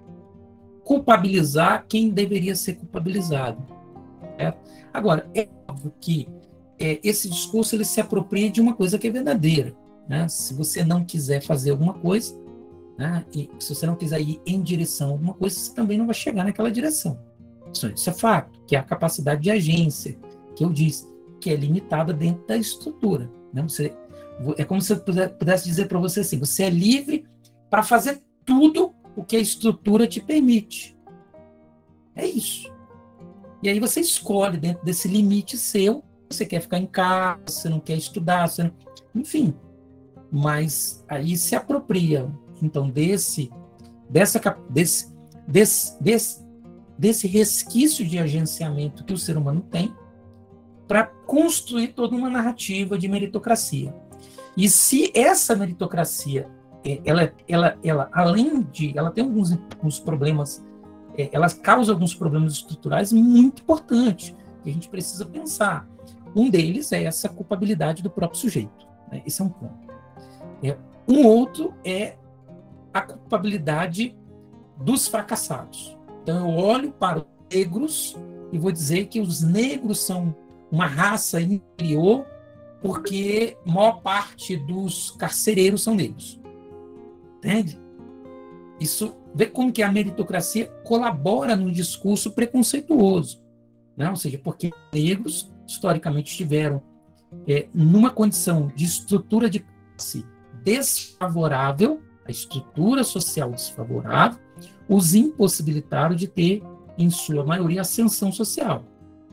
[SPEAKER 2] culpabilizar quem deveria ser culpabilizado. Certo? Agora, é óbvio que esse discurso ele se apropria de uma coisa que é verdadeira. Né? Se você não quiser fazer alguma coisa, né, e se você não quiser ir em direção a alguma coisa, você também não vai chegar naquela direção. Isso é fato, que é a capacidade de agência, que eu disse, que é limitada dentro da estrutura. Né? É como se eu pudesse dizer para você assim, você é livre para fazer tudo o que a estrutura te permite. É isso. E aí você escolhe dentro desse limite seu, você quer ficar em casa, você não quer estudar, enfim. Mas aí se apropria, então, desse resquício de agenciamento que o ser humano tem para construir toda uma narrativa de meritocracia. E se essa meritocracia, ela além de, ela tem alguns problemas, ela causa alguns problemas estruturais muito importantes, que a gente precisa pensar. Um deles é essa culpabilidade do próprio sujeito. Né? Esse é um ponto. Um outro é a culpabilidade dos fracassados. Então, eu olho para os negros e vou dizer que os negros são uma raça inferior porque a maior parte dos carcereiros são negros. Entende? Isso, vê como que a meritocracia colabora no discurso preconceituoso. Né? Ou seja, porque negros, historicamente, estiveram numa condição de estrutura de classe desfavorável, a estrutura social desfavorável, os impossibilitaram de ter, em sua maioria, ascensão social.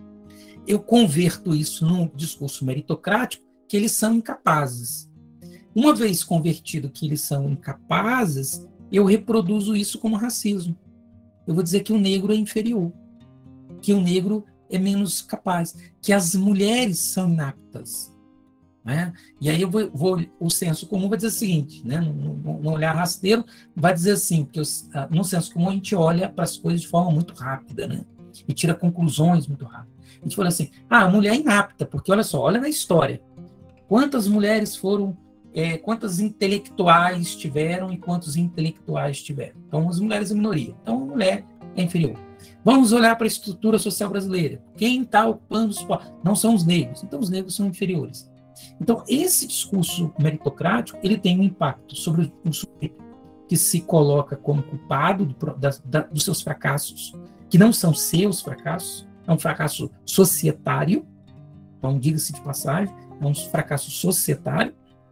[SPEAKER 2] Eu converto isso num discurso meritocrático, que eles são incapazes. Uma vez convertido que eles são incapazes, eu reproduzo isso como racismo. Eu vou dizer que o negro é inferior, que o negro é menos capaz, que as mulheres são inaptas. Né? E aí o senso comum vai dizer o seguinte, né? No olhar rasteiro, vai dizer assim, porque no senso comum a gente olha para as coisas de forma muito rápida, né? E tira conclusões muito rápidas. A gente fala assim, a mulher é inapta, porque olha só, olha na história. Quantas mulheres foram, quantas intelectuais tiveram e quantos intelectuais tiveram? Então, as mulheres é minoria. Então, a mulher é inferior. Vamos olhar para a estrutura social brasileira. Quem está ocupando os postos? Não são os negros. Então, os negros são inferiores. Então, esse discurso meritocrático, ele tem um impacto sobre o sujeito que se coloca como culpado dos seus fracassos, que não são seus fracassos, é um fracasso societário, então, diga-se de passagem, é um fracasso societário,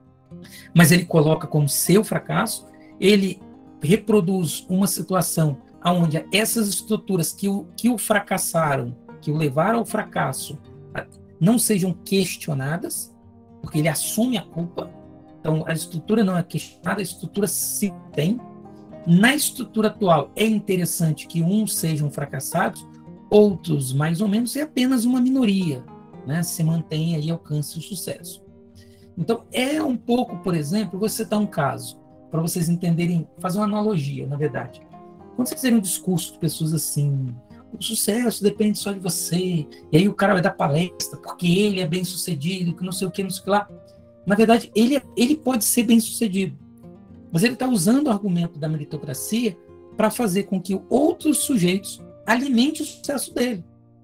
[SPEAKER 2] mas ele coloca como seu fracasso, ele reproduz uma situação onde essas estruturas que o fracassaram, que o levaram ao fracasso, não sejam questionadas, porque ele assume a culpa. Então, a estrutura não é questionada, a estrutura se tem. Na estrutura atual, é interessante que uns sejam fracassados, outros mais ou menos, e apenas uma minoria, né, se mantém e alcance o sucesso. Então, é um pouco, por exemplo, vou citar um caso, para vocês entenderem, fazer uma analogia, na verdade. Quando vocês fizerem um discurso de pessoas assim, o sucesso depende só de você, e aí o cara vai dar palestra porque ele é bem sucedido, que não sei o que, não sei o que lá. Na verdade, ele pode ser bem sucedido, mas ele está usando o argumento da meritocracia para fazer com que outros sujeitos alimentem o sucesso dele.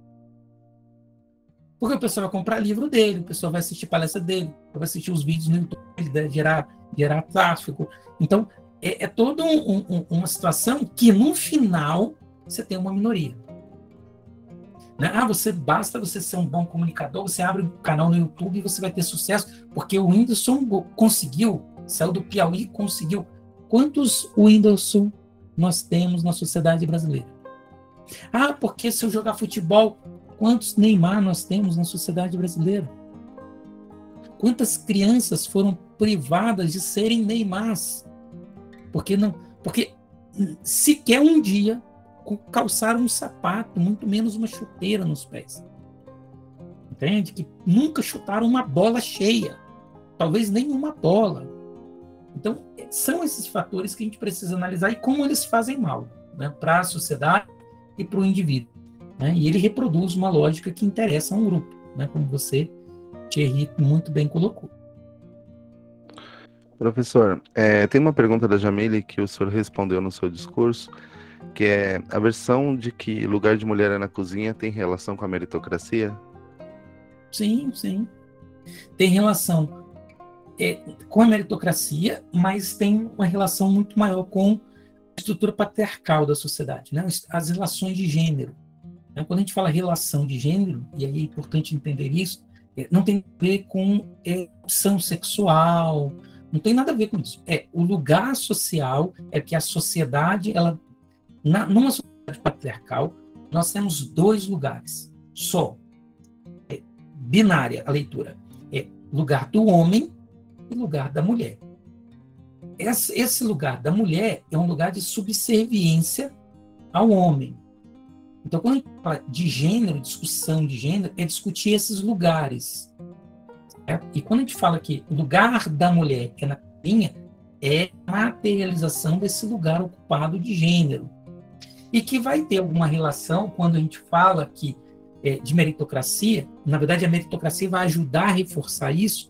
[SPEAKER 2] Porque o pessoal vai comprar livro dele, o pessoal vai assistir palestra dele, vai assistir os vídeos no YouTube, vai gerar tráfego. Então, é toda uma situação que, no final, você tem uma minoria. Né? Basta você ser um bom comunicador, você abre um canal no YouTube e você vai ter sucesso, porque o Whindersson conseguiu, saiu do Piauí e conseguiu. Quantos Whindersson nós temos na sociedade brasileira? Porque se eu jogar futebol, quantos Neymar nós temos na sociedade brasileira? Quantas crianças foram privadas de serem Neymars? Porque sequer um dia calçaram um sapato, muito menos uma chuteira nos pés. Entende? Que nunca chutaram uma bola cheia. Talvez nenhuma bola. Então, são esses fatores que a gente precisa analisar e como eles fazem mal, né, para a sociedade e para o indivíduo. Né? E ele reproduz uma lógica que interessa a um grupo, né, como você, Thierry, muito bem colocou.
[SPEAKER 1] Professor, tem uma pergunta da Jamile que o senhor respondeu no seu discurso, que é a versão de que lugar de mulher é na cozinha tem relação com a meritocracia?
[SPEAKER 2] Sim. Tem relação com a meritocracia, mas tem uma relação muito maior com a estrutura patriarcal da sociedade, né? As relações de gênero. Né? Quando a gente fala relação de gênero, e aí é importante entender isso, não tem a ver com opção sexual, não tem nada a ver com isso. O lugar social é que a sociedade, numa sociedade patriarcal, nós temos dois lugares só. Binária a leitura. Lugar do homem e lugar da mulher. Esse lugar da mulher é um lugar de subserviência ao homem. Então, quando a gente fala de gênero, discussão de gênero, é discutir esses lugares. E quando a gente fala que o lugar da mulher é na cozinha, é a materialização desse lugar ocupado de gênero. E que vai ter alguma relação, quando a gente fala que de meritocracia, na verdade a meritocracia vai ajudar a reforçar isso,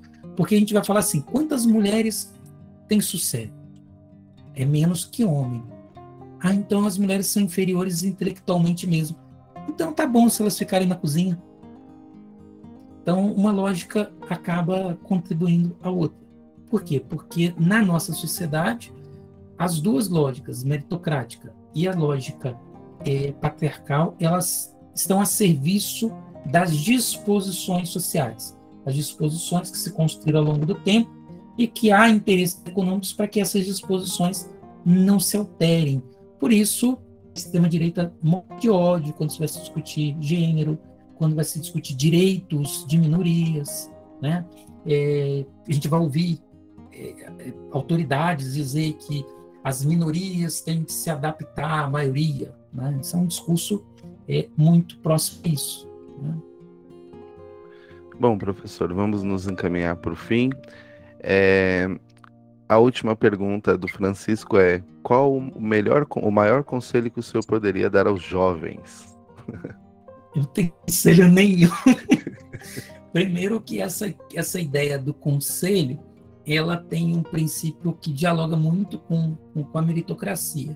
[SPEAKER 2] Porque a gente vai falar assim, quantas mulheres têm sucesso? É menos que homem. Ah, então as mulheres são inferiores intelectualmente mesmo. Então tá bom se elas ficarem na cozinha. Então uma lógica acaba contribuindo à outra. Por quê? Porque na nossa sociedade, as duas lógicas, meritocrática e a lógica patriarcal, elas estão a serviço das disposições sociais. As disposições que se construíram ao longo do tempo e que há interesses econômicos para que essas disposições não se alterem. Por isso, a extrema-direita morre de ódio quando se vai se discutir gênero, quando vai se discutir direitos de minorias, né? A gente vai ouvir autoridades dizer que as minorias têm que se adaptar à maioria, né? Isso é um discurso muito próximo a isso, né?
[SPEAKER 1] Bom, professor, vamos nos encaminhar para o fim. A última pergunta do Francisco é: qual o maior conselho que o senhor poderia dar aos jovens?
[SPEAKER 2] Eu não tenho conselho nenhum. Primeiro que essa ideia do conselho, ela tem um princípio que dialoga muito com a meritocracia.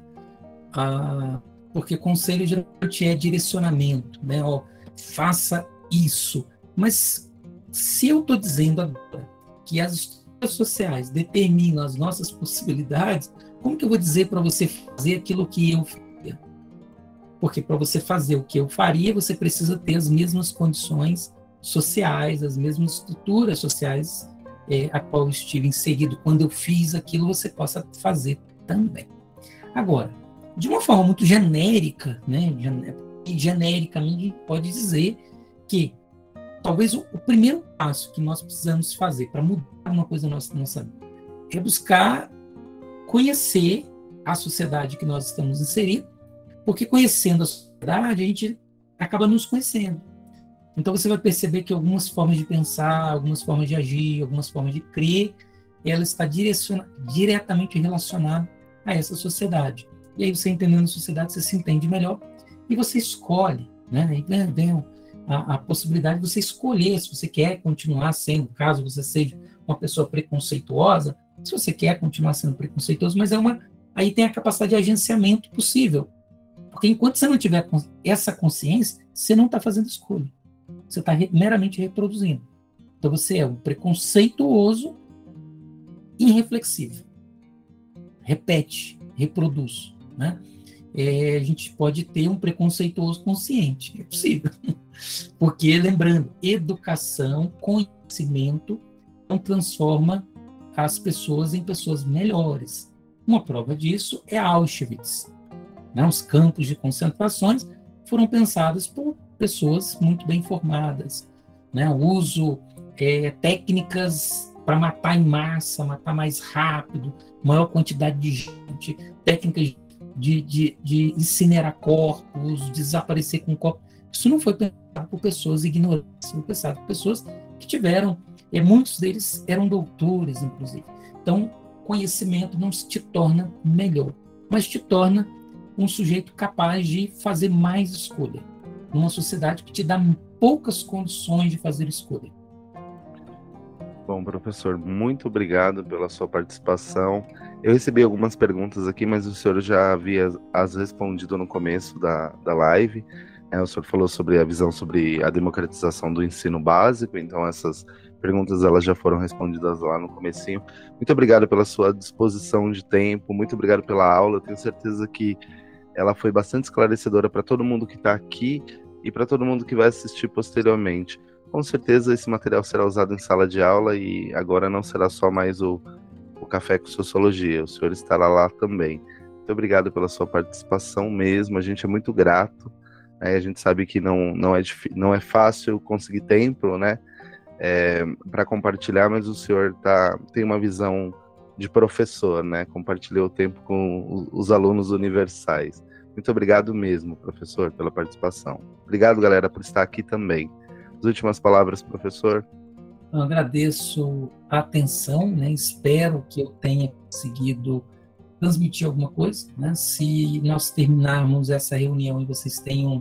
[SPEAKER 2] Porque conselho geralmente é direcionamento, né? Ó, faça isso. Mas se eu estou dizendo agora que as estruturas sociais determinam as nossas possibilidades, como que eu vou dizer para você fazer aquilo que eu faria? Porque para você fazer o que eu faria, você precisa ter as mesmas condições sociais, as mesmas estruturas sociais a qual eu estive inserido. Quando eu fiz aquilo, você possa fazer também. Agora, de uma forma muito genérica, né? Genericamente, pode dizer que talvez o primeiro passo que nós precisamos fazer para mudar uma coisa na nossa vida é buscar conhecer a sociedade que nós estamos inseridos, porque conhecendo a sociedade, a gente acaba nos conhecendo. Então você vai perceber que algumas formas de pensar, algumas formas de agir, algumas formas de crer, ela está diretamente relacionada a essa sociedade. E aí você entendendo a sociedade, você se entende melhor e você escolhe, né? Aí vem a possibilidade de você escolher se você quer continuar sendo, caso você seja uma pessoa preconceituosa, se você quer continuar sendo preconceituoso, mas aí tem a capacidade de agenciamento possível. Porque enquanto você não tiver essa consciência, você não está fazendo escolha. Você está meramente reproduzindo. Então você é um preconceituoso irreflexivo. Repete, reproduz, né? A gente pode ter um preconceituoso consciente. É possível. Porque, lembrando, educação, conhecimento, não transforma as pessoas em pessoas melhores. Uma prova disso é Auschwitz. Né? Os campos de concentrações foram pensados por pessoas muito bem formadas. Né? O uso técnicas para matar em massa, matar mais rápido, maior quantidade de gente, técnicas de incinerar corpos, desaparecer com corpos. Isso não foi pensado por pessoas ignorantes, foi pensado por pessoas que tiveram, muitos deles eram doutores, inclusive. Então, conhecimento não te torna melhor, mas te torna um sujeito capaz de fazer mais escolha, numa sociedade que te dá poucas condições de fazer escolha.
[SPEAKER 1] Bom, professor, muito obrigado pela sua participação. Eu recebi algumas perguntas aqui, mas o senhor já havia as respondido no começo da live. O senhor falou sobre a visão sobre a democratização do ensino básico, então essas perguntas elas já foram respondidas lá no comecinho. Muito obrigado pela sua disposição de tempo, muito obrigado pela aula. Eu tenho certeza que ela foi bastante esclarecedora para todo mundo que está aqui e para todo mundo que vai assistir posteriormente. Com certeza esse material será usado em sala de aula e agora não será só mais o Café com Sociologia, o senhor estará lá também. Muito obrigado pela sua participação mesmo, a gente é muito grato, né? A gente sabe que não é fácil conseguir tempo, né, para compartilhar, mas o senhor tem uma visão de professor, né? Compartilhou o tempo com os alunos universais. Muito obrigado mesmo, professor, pela participação. Obrigado, galera, por estar aqui também. As últimas palavras, professor.
[SPEAKER 2] Eu agradeço a atenção, né? Espero que eu tenha conseguido transmitir alguma coisa, né? Se nós terminarmos essa reunião e vocês tenham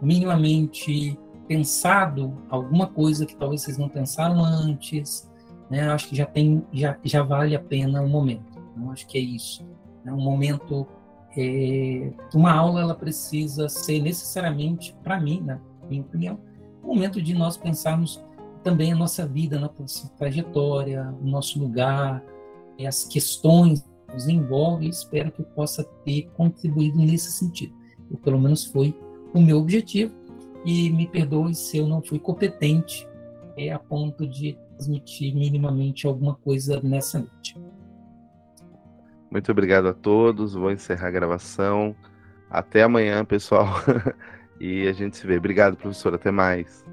[SPEAKER 2] minimamente pensado alguma coisa que talvez vocês não pensaram antes, né? Eu acho que já vale a pena o momento. Eu acho que é isso. É um momento, uma aula ela precisa ser necessariamente, para mim, na minha opinião, um momento de nós pensarmos também a nossa vida, a nossa trajetória, o nosso lugar, as questões que nos envolvem. Espero que eu possa ter contribuído nesse sentido. E pelo menos foi o meu objetivo. E me perdoe se eu não fui competente a ponto de transmitir minimamente alguma coisa nessa noite.
[SPEAKER 1] Muito obrigado a todos. Vou encerrar a gravação. Até amanhã, pessoal. E a gente se vê. Obrigado, professor. Até mais.